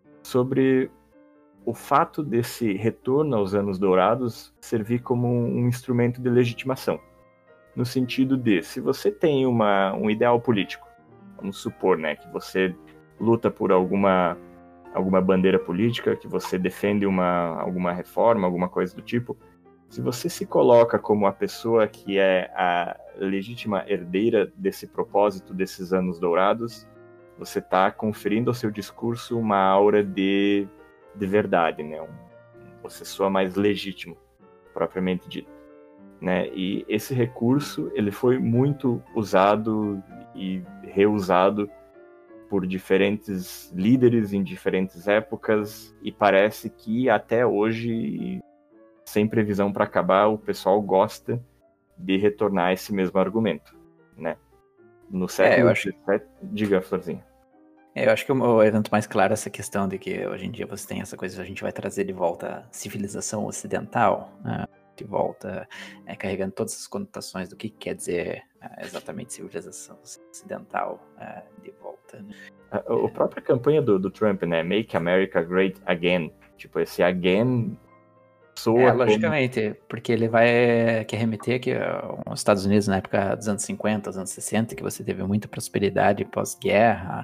Sobre o fato desse retorno aos anos dourados servir como um instrumento de legitimação. No sentido de, se você tem um ideal político, vamos supor, né, que você luta por alguma bandeira política, que você defende alguma reforma, alguma coisa do tipo, se você se coloca como a pessoa que é a legítima herdeira desse propósito, desses anos dourados, você está conferindo ao seu discurso uma aura de verdade, né? Você soa mais legítimo, propriamente dito, né? E esse recurso, ele foi muito usado e reusado por diferentes líderes em diferentes épocas, e parece que até hoje, sem previsão para acabar, o pessoal gosta de retornar esse mesmo argumento, né? No século XVII... Diga, Florzinha. Eu acho que o evento mais claro é essa questão de que hoje em dia você tem essa coisa, a gente vai trazer de volta a civilização ocidental, né? De volta, carregando todas as conotações do que quer dizer exatamente civilização ocidental de volta. Né? A própria campanha do Trump, né? Make America Great Again. Tipo, esse again soa logicamente, porque ele quer remeter que os Estados Unidos na época dos anos 50, dos anos 60, que você teve muita prosperidade pós-guerra,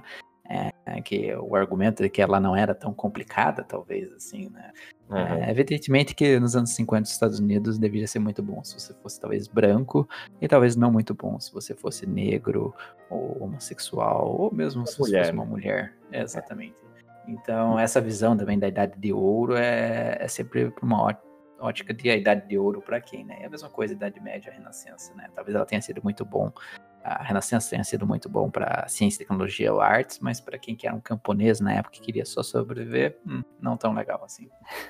que o argumento de que ela não era tão complicada, talvez, assim, né? Uhum. Evidentemente que nos anos 50 os Estados Unidos deveria ser muito bom se você fosse talvez branco, e talvez não muito bom se você fosse negro, ou homossexual, ou mesmo se você fosse uma mulher. Exatamente. Então, essa visão também da Idade de Ouro é sempre uma ótica de a Idade de Ouro para quem, né? É a mesma coisa a Idade Média, a Renascença, né? Talvez ela tenha sido muito bom, a Renascença tenha sido muito bom para ciência, tecnologia ou artes, mas para quem que era um camponês na época que queria só sobreviver, não tão legal assim.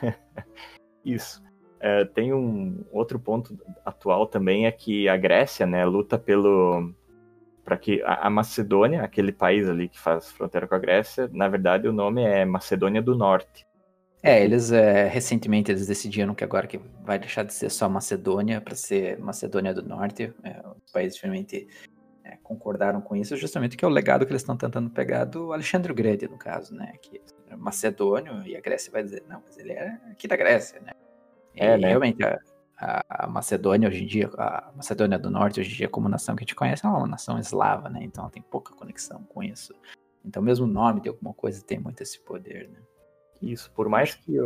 Isso. Tem um outro ponto atual também, é que a Grécia, né, luta para que a Macedônia, aquele país ali que faz fronteira com a Grécia, na verdade o nome é Macedônia do Norte. Eles recentemente eles decidiram que agora que vai deixar de ser só Macedônia para ser Macedônia do Norte. Os países finalmente concordaram com isso, justamente que é o legado que eles estão tentando pegar do Alexandre o Grande, no caso, né? Que é macedônio, e a Grécia vai dizer, não, mas ele é aqui da Grécia, né? E né? realmente a Macedônia hoje em dia, a Macedônia do Norte hoje em dia, como nação que a gente conhece, é uma nação eslava, né? Então ela tem pouca conexão com isso. Então mesmo o nome de alguma coisa tem muito esse poder, né? Isso, por mais que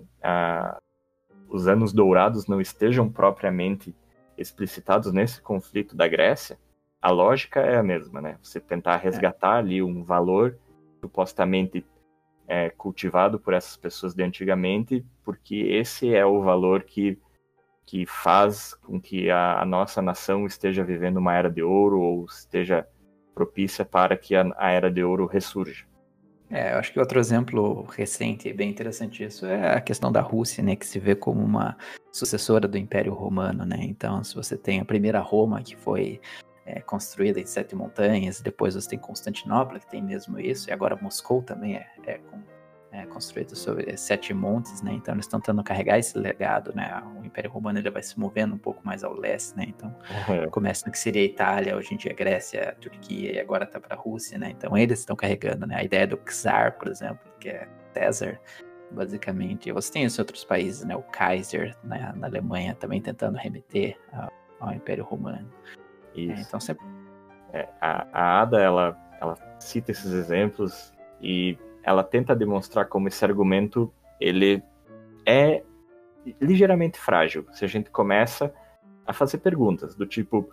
os anos dourados não estejam propriamente explicitados nesse conflito da Grécia, a lógica é a mesma, né? Você tentar resgatar ali um valor supostamente cultivado por essas pessoas de antigamente, porque esse é o valor que faz com que a nossa nação esteja vivendo uma era de ouro, ou esteja propícia para que a era de ouro ressurja. Eu acho que outro exemplo recente e bem interessante disso é a questão da Rússia, né, que se vê como uma sucessora do Império Romano, né? Então, se você tem a primeira Roma, que foi construída em 7 montanhas, depois você tem Constantinopla, que tem mesmo isso, e agora Moscou também é construído sobre 7 montes, né? Então eles estão tentando carregar esse legado, né? O Império Romano ele vai se movendo um pouco mais ao leste, né? Então começa no que seria a Itália, hoje em dia a Grécia, a Turquia, e agora tá para a Rússia, né? Então eles estão carregando, né? A ideia do Czar, por exemplo, que é César, basicamente. Você tem esses outros países, né? O Kaiser, né? Na Alemanha, também tentando remeter ao Império Romano. Isso. Então sempre... A Ada, ela cita esses exemplos e ela tenta demonstrar como esse argumento ele é ligeiramente frágil. Se a gente começa a fazer perguntas do tipo,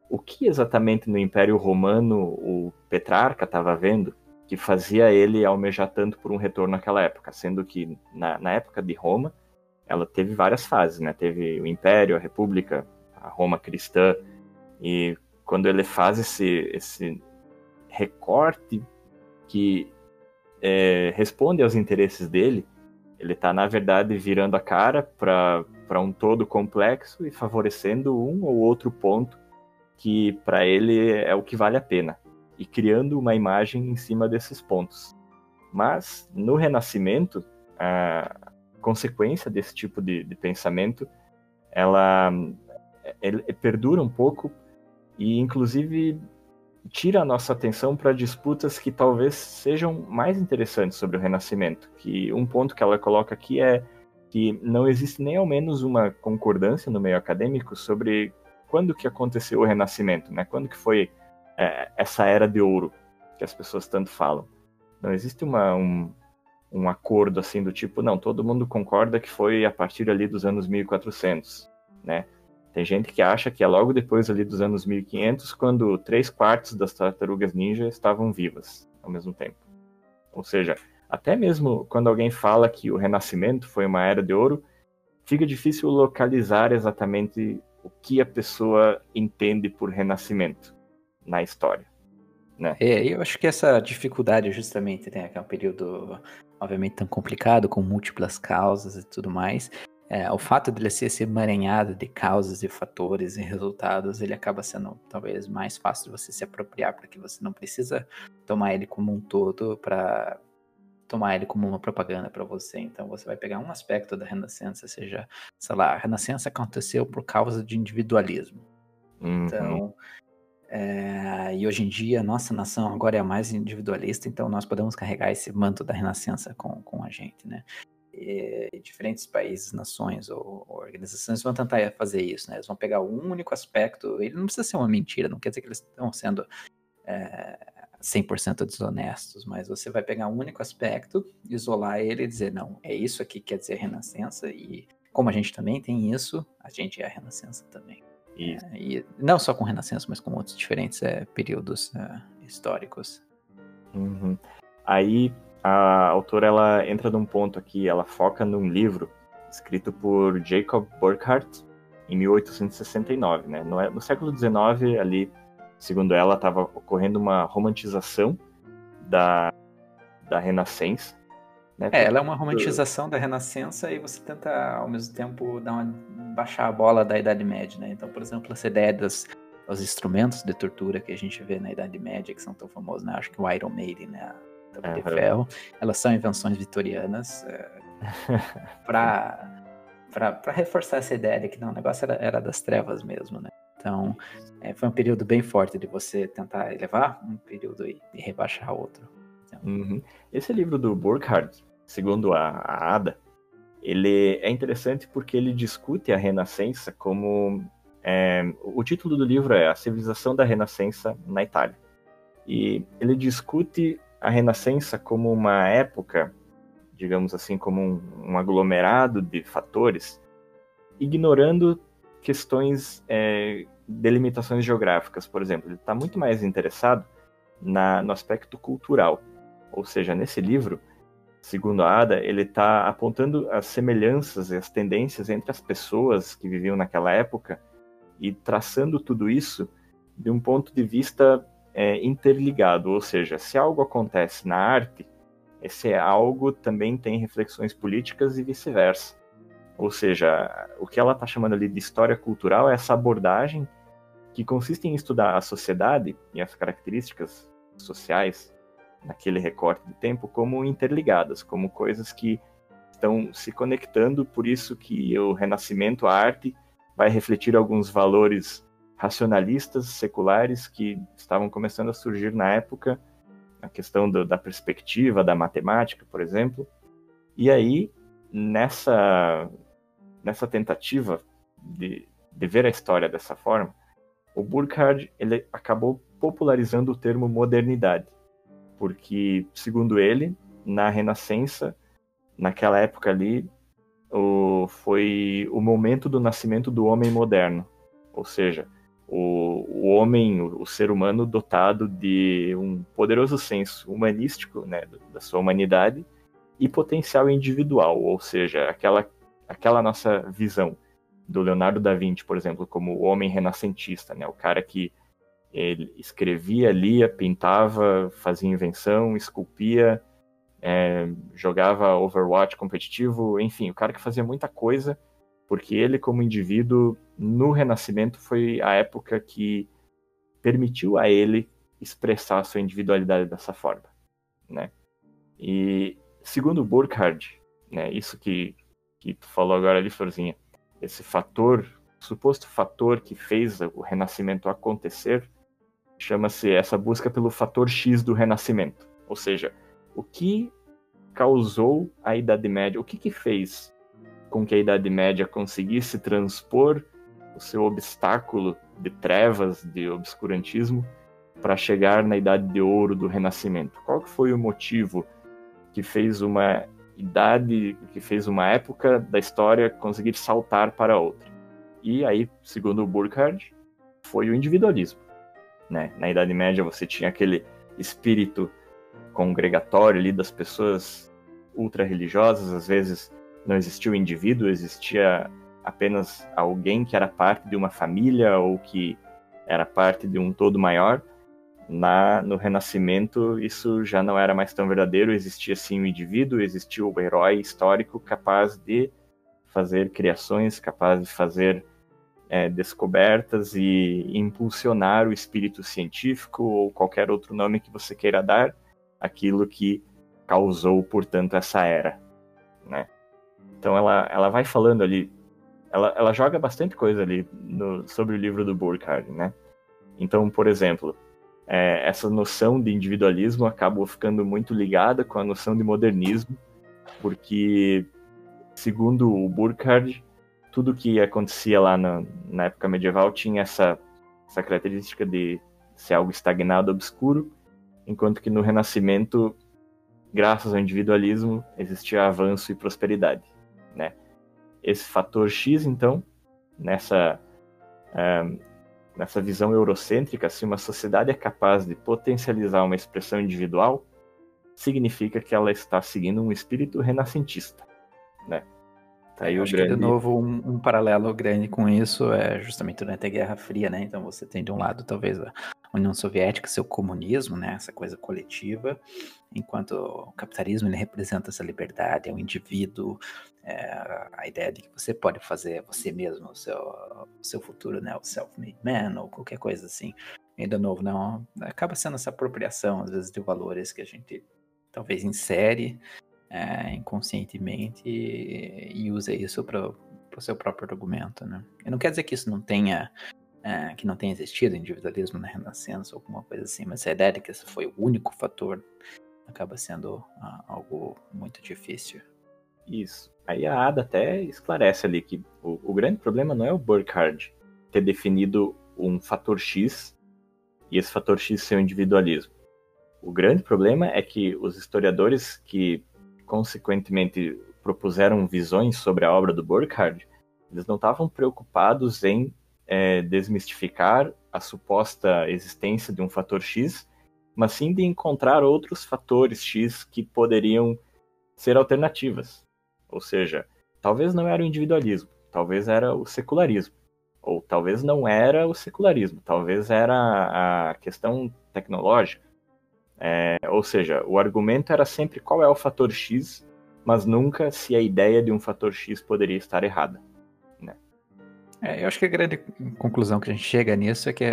o que exatamente no Império Romano o Petrarca estava vendo que fazia ele almejar tanto por um retorno naquela época, sendo que na época de Roma, ela teve várias fases, né? Teve o Império, a República, a Roma cristã, e quando ele faz esse recorte que responde aos interesses dele, ele está, na verdade, virando a cara para um todo complexo e favorecendo um ou outro ponto que, para ele, é o que vale a pena, e criando uma imagem em cima desses pontos. Mas, no Renascimento, a consequência desse tipo de pensamento, ele perdura um pouco e, inclusive, tira a nossa atenção para disputas que talvez sejam mais interessantes sobre o Renascimento. Que um ponto que ela coloca aqui é que não existe nem ao menos uma concordância no meio acadêmico sobre quando que aconteceu o Renascimento, né? Quando que foi essa era de ouro que as pessoas tanto falam. Não existe um acordo assim do tipo, não, todo mundo concorda que foi a partir ali dos anos 1400, né? Tem gente que acha que é logo depois ali dos anos 1500, quando 3/4 das tartarugas ninja estavam vivas ao mesmo tempo. Ou seja, até mesmo quando alguém fala que o Renascimento foi uma era de ouro, fica difícil localizar exatamente o que a pessoa entende por Renascimento na história, né? Eu acho que essa dificuldade justamente, né, que é um período, obviamente, tão complicado, com múltiplas causas e tudo mais, o fato dele ser esse emaranhado de causas e fatores e resultados, ele acaba sendo talvez mais fácil de você se apropriar, porque você não precisa tomar ele como um todo para tomar ele como uma propaganda para você. Então você vai pegar um aspecto da Renascença, seja, sei lá, a Renascença aconteceu por causa de individualismo. Uhum. Então, e hoje em dia a nossa nação agora é a mais individualista, então nós podemos carregar esse manto da Renascença com a gente, né? E diferentes países, nações ou organizações vão tentar fazer isso, né? Eles vão pegar um único aspecto, ele não precisa ser uma mentira, não quer dizer que eles estão sendo 100% desonestos, mas você vai pegar um único aspecto, isolar ele e dizer, não, é isso aqui que quer dizer Renascença, e como a gente também tem isso, a gente é a Renascença também. E não só com Renascença, mas com outros diferentes períodos históricos. Uhum. Aí a autora ela entra num ponto aqui, ela foca num livro escrito por Jacob Burckhardt em 1869, né? No século XIX, ali, segundo ela, estava ocorrendo uma romantização da Renascença, né? Ela é uma romantização da Renascença e você tenta, ao mesmo tempo, baixar a bola da Idade Média, né? Então, por exemplo, essa ideia dos instrumentos de tortura que a gente vê na Idade Média, que são tão famosos, né? Acho que o Iron Maiden, né? A Tampa de Ferro, elas são invenções vitorianas para reforçar essa ideia de que não, o negócio era das trevas mesmo, né? Então, foi um período bem forte de você tentar elevar um período e rebaixar outro. Então, Esse livro do Burckhardt, segundo a Ada, ele é interessante porque ele discute a Renascença como... o título do livro é A Civilização da Renascença na Itália. E ele discute a Renascença como uma época, digamos assim, como um aglomerado de fatores, ignorando questões de limitações geográficas, por exemplo. Ele está muito mais interessado no aspecto cultural. Ou seja, nesse livro, segundo a Ada, ele está apontando as semelhanças e as tendências entre as pessoas que viviam naquela época e traçando tudo isso de um ponto de vista interligado. Ou seja, se algo acontece na arte, esse algo também tem reflexões políticas e vice-versa. Ou seja, o que ela está chamando ali de história cultural é essa abordagem que consiste em estudar a sociedade e as características sociais naquele recorte de tempo como interligadas, como coisas que estão se conectando, por isso que o Renascimento, a arte, vai refletir alguns valores racionalistas, seculares, que estavam começando a surgir na época, a questão da perspectiva, da matemática, por exemplo. E aí, nessa tentativa de ver a história dessa forma, o Burckhardt ele acabou popularizando o termo modernidade, porque, segundo ele, na Renascença, naquela época ali, foi o momento do nascimento do homem moderno. Ou seja, o homem, o ser humano dotado de um poderoso senso humanístico, né, da sua humanidade, e potencial individual, ou seja, aquela nossa visão do Leonardo da Vinci, por exemplo, como o homem renascentista, né, o cara que ele escrevia, lia, pintava, fazia invenção, esculpia, jogava Overwatch competitivo, enfim, o cara que fazia muita coisa, porque ele, como indivíduo, no Renascimento foi a época que permitiu a ele expressar a sua individualidade dessa forma, né? E segundo Burckhardt, né, isso que tu falou agora ali, Florzinha, esse fator, suposto fator que fez o Renascimento acontecer, chama-se essa busca pelo fator X do Renascimento. Ou seja, o que causou a Idade Média, o que fez com que a Idade Média conseguisse transpor o seu obstáculo de trevas, de obscurantismo, para chegar na Idade de Ouro do Renascimento? Qual que foi o motivo que fez uma idade, que fez uma época da história conseguir saltar para outra? E aí, segundo o Burckhardt, foi o individualismo, né? Na Idade Média você tinha aquele espírito congregatório ali das pessoas ultra-religiosas, às vezes não existia o indivíduo, existia apenas alguém que era parte de uma família ou que era parte de um todo maior. No Renascimento, isso já não era mais tão verdadeiro, existia sim o indivíduo, existia o herói histórico capaz de fazer criações, capaz de fazer descobertas e impulsionar o espírito científico ou qualquer outro nome que você queira dar, aquilo que causou, portanto, essa era, né? Então ela vai falando ali, ela joga bastante coisa ali sobre o livro do Burckhardt, né? Então, por exemplo, essa noção de individualismo acabou ficando muito ligada com a noção de modernismo, porque, segundo o Burckhardt, tudo que acontecia lá na época medieval tinha essa característica de ser algo estagnado, obscuro, enquanto que no Renascimento, graças ao individualismo, existia avanço e prosperidade, né? Esse fator X, então, nessa visão eurocêntrica, se uma sociedade é capaz de potencializar uma expressão individual, significa que ela está seguindo um espírito renascentista, né? Tá aí acho que, de novo, um paralelo grande com isso é justamente durante a Guerra Fria, né? Então você tem de um lado, talvez, a União Soviética, seu comunismo, né? Essa coisa coletiva, enquanto o capitalismo ele representa essa liberdade, é o indivíduo, a ideia de que você pode fazer você mesmo o seu futuro, né? O self-made man ou qualquer coisa assim. E, de novo, não, acaba sendo essa apropriação, às vezes, de valores que a gente talvez insere inconscientemente e usa isso para o seu próprio argumento, né? E não quer dizer que isso não tenha que não tenha existido individualismo na Renascença ou alguma coisa assim, mas a ideia de que esse foi o único fator acaba sendo algo muito difícil. Isso. Aí a Ada até esclarece ali que o grande problema não é o Burckhardt ter definido um fator X e esse fator X ser o individualismo. O grande problema é que os historiadores que consequentemente propuseram visões sobre a obra do Burckhardt, eles não estavam preocupados em desmistificar a suposta existência de um fator X, mas sim de encontrar outros fatores X que poderiam ser alternativas. Ou seja, talvez não era o individualismo, talvez era o secularismo. Ou talvez não era o secularismo, talvez era a questão tecnológica. Ou seja, o argumento era sempre qual é o fator X, mas nunca se a ideia de um fator X poderia estar errada, né? Eu acho que a grande conclusão que a gente chega nisso é que,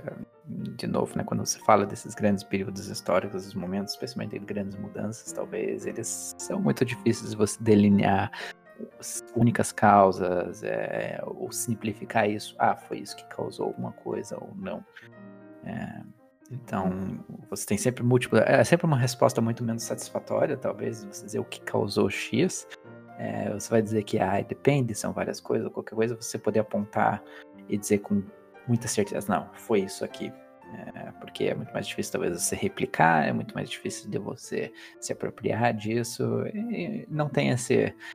de novo, né, quando você fala desses grandes períodos históricos, os momentos, especialmente de grandes mudanças, talvez eles são muito difíceis de você delinear as únicas causas, ou simplificar isso. Foi isso que causou alguma coisa ou não. Então, você tem sempre múltiplas... É sempre uma resposta muito menos satisfatória, talvez, você dizer o que causou X. Você vai dizer que depende, são várias coisas, ou qualquer coisa, você poder apontar e dizer com muita certeza, não, foi isso aqui. Porque é muito mais difícil, talvez, você replicar, é muito mais difícil de você se apropriar disso, e não tem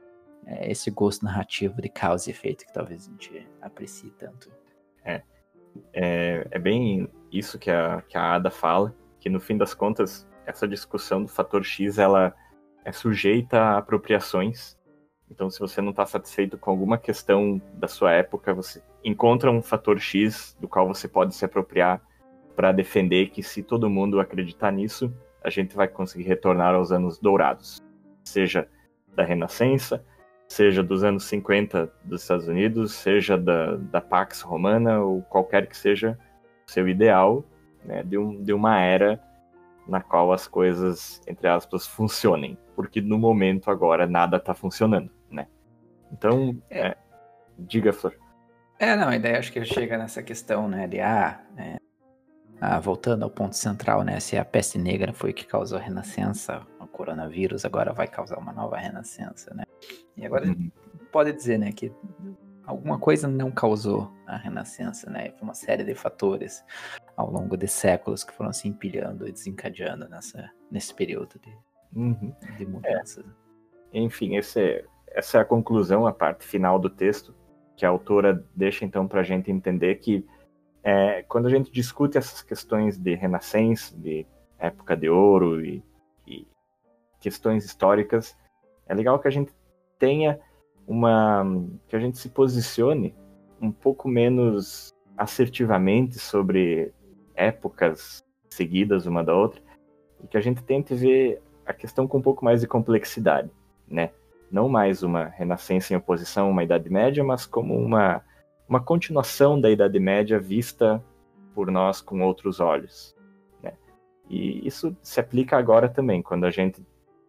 esse gosto narrativo de causa e efeito que talvez a gente aprecie tanto. É bem isso que a Ada fala, que no fim das contas, essa discussão do fator X, ela é sujeita a apropriações. Então, se você não está satisfeito com alguma questão da sua época, você encontra um fator X do qual você pode se apropriar para defender que, se todo mundo acreditar nisso, a gente vai conseguir retornar aos anos dourados. Seja da Renascença, seja dos anos 50 dos Estados Unidos, seja da Pax Romana, ou qualquer que seja o seu ideal, né, de uma era na qual as coisas, entre aspas, funcionem. Porque no momento agora nada está funcionando, né? Então, diga, Flor. Não, a ideia acho que chega nessa questão, né, voltando ao ponto central, né, se a peste negra foi o que causou a renascença, o coronavírus agora vai causar uma nova renascença, né? E agora a gente pode dizer, né, que alguma coisa não causou a renascença, né? Foi uma série de fatores ao longo de séculos que foram se empilhando e desencadeando nesse período de mudanças. Enfim, essa é a conclusão, a parte final do texto, que a autora deixa então para a gente entender que quando a gente discute essas questões de renascença, de época de ouro e questões históricas, é legal que a gente tenha que a gente se posicione um pouco menos assertivamente sobre épocas seguidas uma da outra, e que a gente tente ver a questão com um pouco mais de complexidade, né? Não mais uma renascença em oposição a uma Idade Média, mas como uma continuação da Idade Média vista por nós com outros olhos, né? E isso se aplica agora também, quando a gente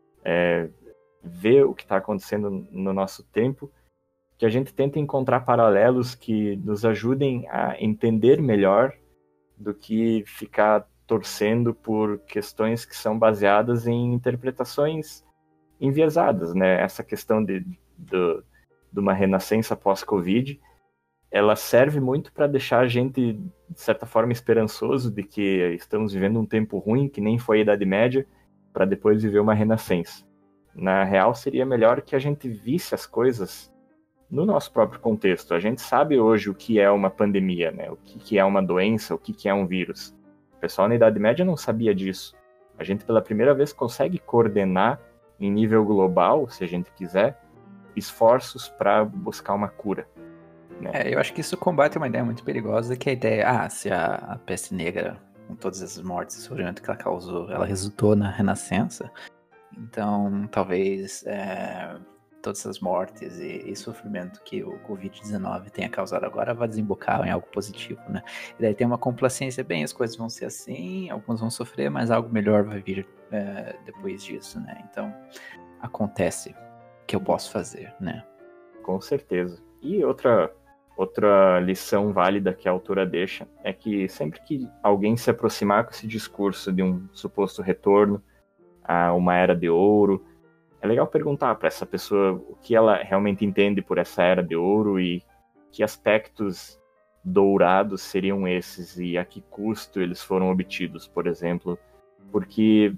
vê o que está acontecendo no nosso tempo, que a gente tenta encontrar paralelos que nos ajudem a entender melhor do que ficar torcendo por questões que são baseadas em interpretações enviesadas, né? Essa questão de uma renascença pós-Covid, ela serve muito para deixar a gente, de certa forma, esperançoso de que estamos vivendo um tempo ruim, que nem foi a Idade Média, para depois viver uma renascença. Na real, seria melhor que a gente visse as coisas no nosso próprio contexto. A gente sabe hoje o que é uma pandemia, né? O que é uma doença, o que é um vírus. O pessoal na Idade Média não sabia disso. A gente, pela primeira vez, consegue coordenar em nível global, se a gente quiser, esforços para buscar uma cura, né? Eu acho que isso combate uma ideia muito perigosa, que é a ideia, se a peste negra, com todas essas mortes e sofrimento que ela causou, ela resultou na renascença, então talvez todas essas mortes e sofrimento que o Covid-19 tenha causado agora vai desembocar em algo positivo, né? E daí tem uma complacência, bem, as coisas vão ser assim, alguns vão sofrer, mas algo melhor vai vir depois disso, né? Então, acontece, o que eu posso fazer, né? Com certeza. E outra lição válida que a autora deixa é que sempre que alguém se aproximar com esse discurso de um suposto retorno a uma era de ouro, é legal perguntar para essa pessoa o que ela realmente entende por essa era de ouro e que aspectos dourados seriam esses e a que custo eles foram obtidos, por exemplo, porque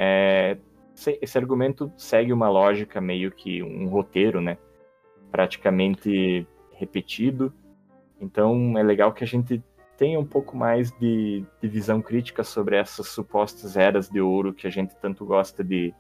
esse argumento segue uma lógica meio que um roteiro, né? Praticamente repetido. Então é legal que a gente tenha um pouco mais de visão crítica sobre essas supostas eras de ouro que a gente tanto gosta de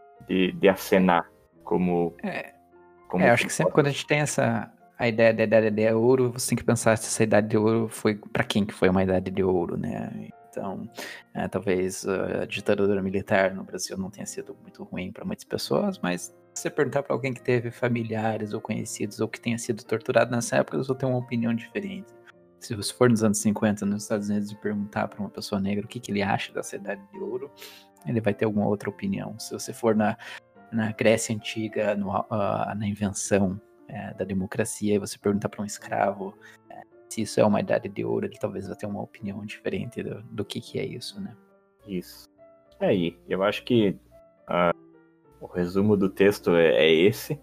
acenar como... acho que sempre quando a gente tem a ideia da idade de ouro, você tem que pensar se essa idade de ouro foi para quem que foi uma idade de ouro, né? Então, talvez a ditadura militar no Brasil não tenha sido muito ruim para muitas pessoas, mas se você perguntar para alguém que teve familiares ou conhecidos ou que tenha sido torturado nessa época, eles vão ter uma opinião diferente. Se você for nos anos 50 nos Estados Unidos e perguntar para uma pessoa negra o que ele acha dessa idade de ouro, ele vai ter alguma outra opinião. Se você for na Grécia Antiga, na invenção da democracia, e você perguntar para um escravo se isso é uma idade de ouro, ele talvez vai ter uma opinião diferente do que é isso, né? Isso. Aí, eu acho que o resumo do texto é esse.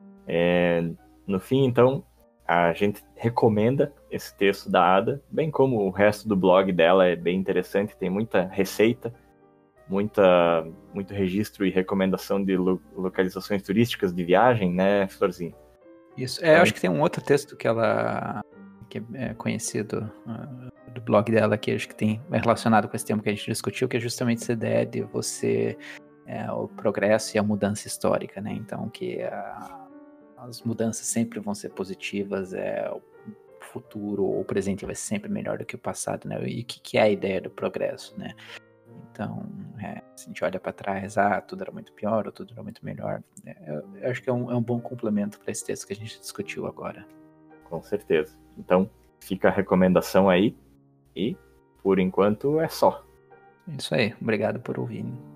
No fim, então, a gente recomenda esse texto da Ada, bem como o resto do blog dela é bem interessante, tem muita receita, muito registro e recomendação de localizações turísticas de viagem, né, Florzinha? Isso. Eu acho que tem um outro texto que que é conhecido do blog dela, que acho que é relacionado com esse tema que a gente discutiu, que é justamente essa ideia de você, o progresso e a mudança histórica, né? Então, que as mudanças sempre vão ser positivas, o futuro ou o presente vai ser sempre melhor do que o passado, né? E o que é a ideia do progresso, né? Então, se a gente olha para trás, tudo era muito pior ou tudo era muito melhor. Eu acho que é um bom complemento para esse texto que a gente discutiu agora. Com certeza. Então, fica a recomendação aí e, por enquanto, é só. Isso aí. Obrigado por ouvir.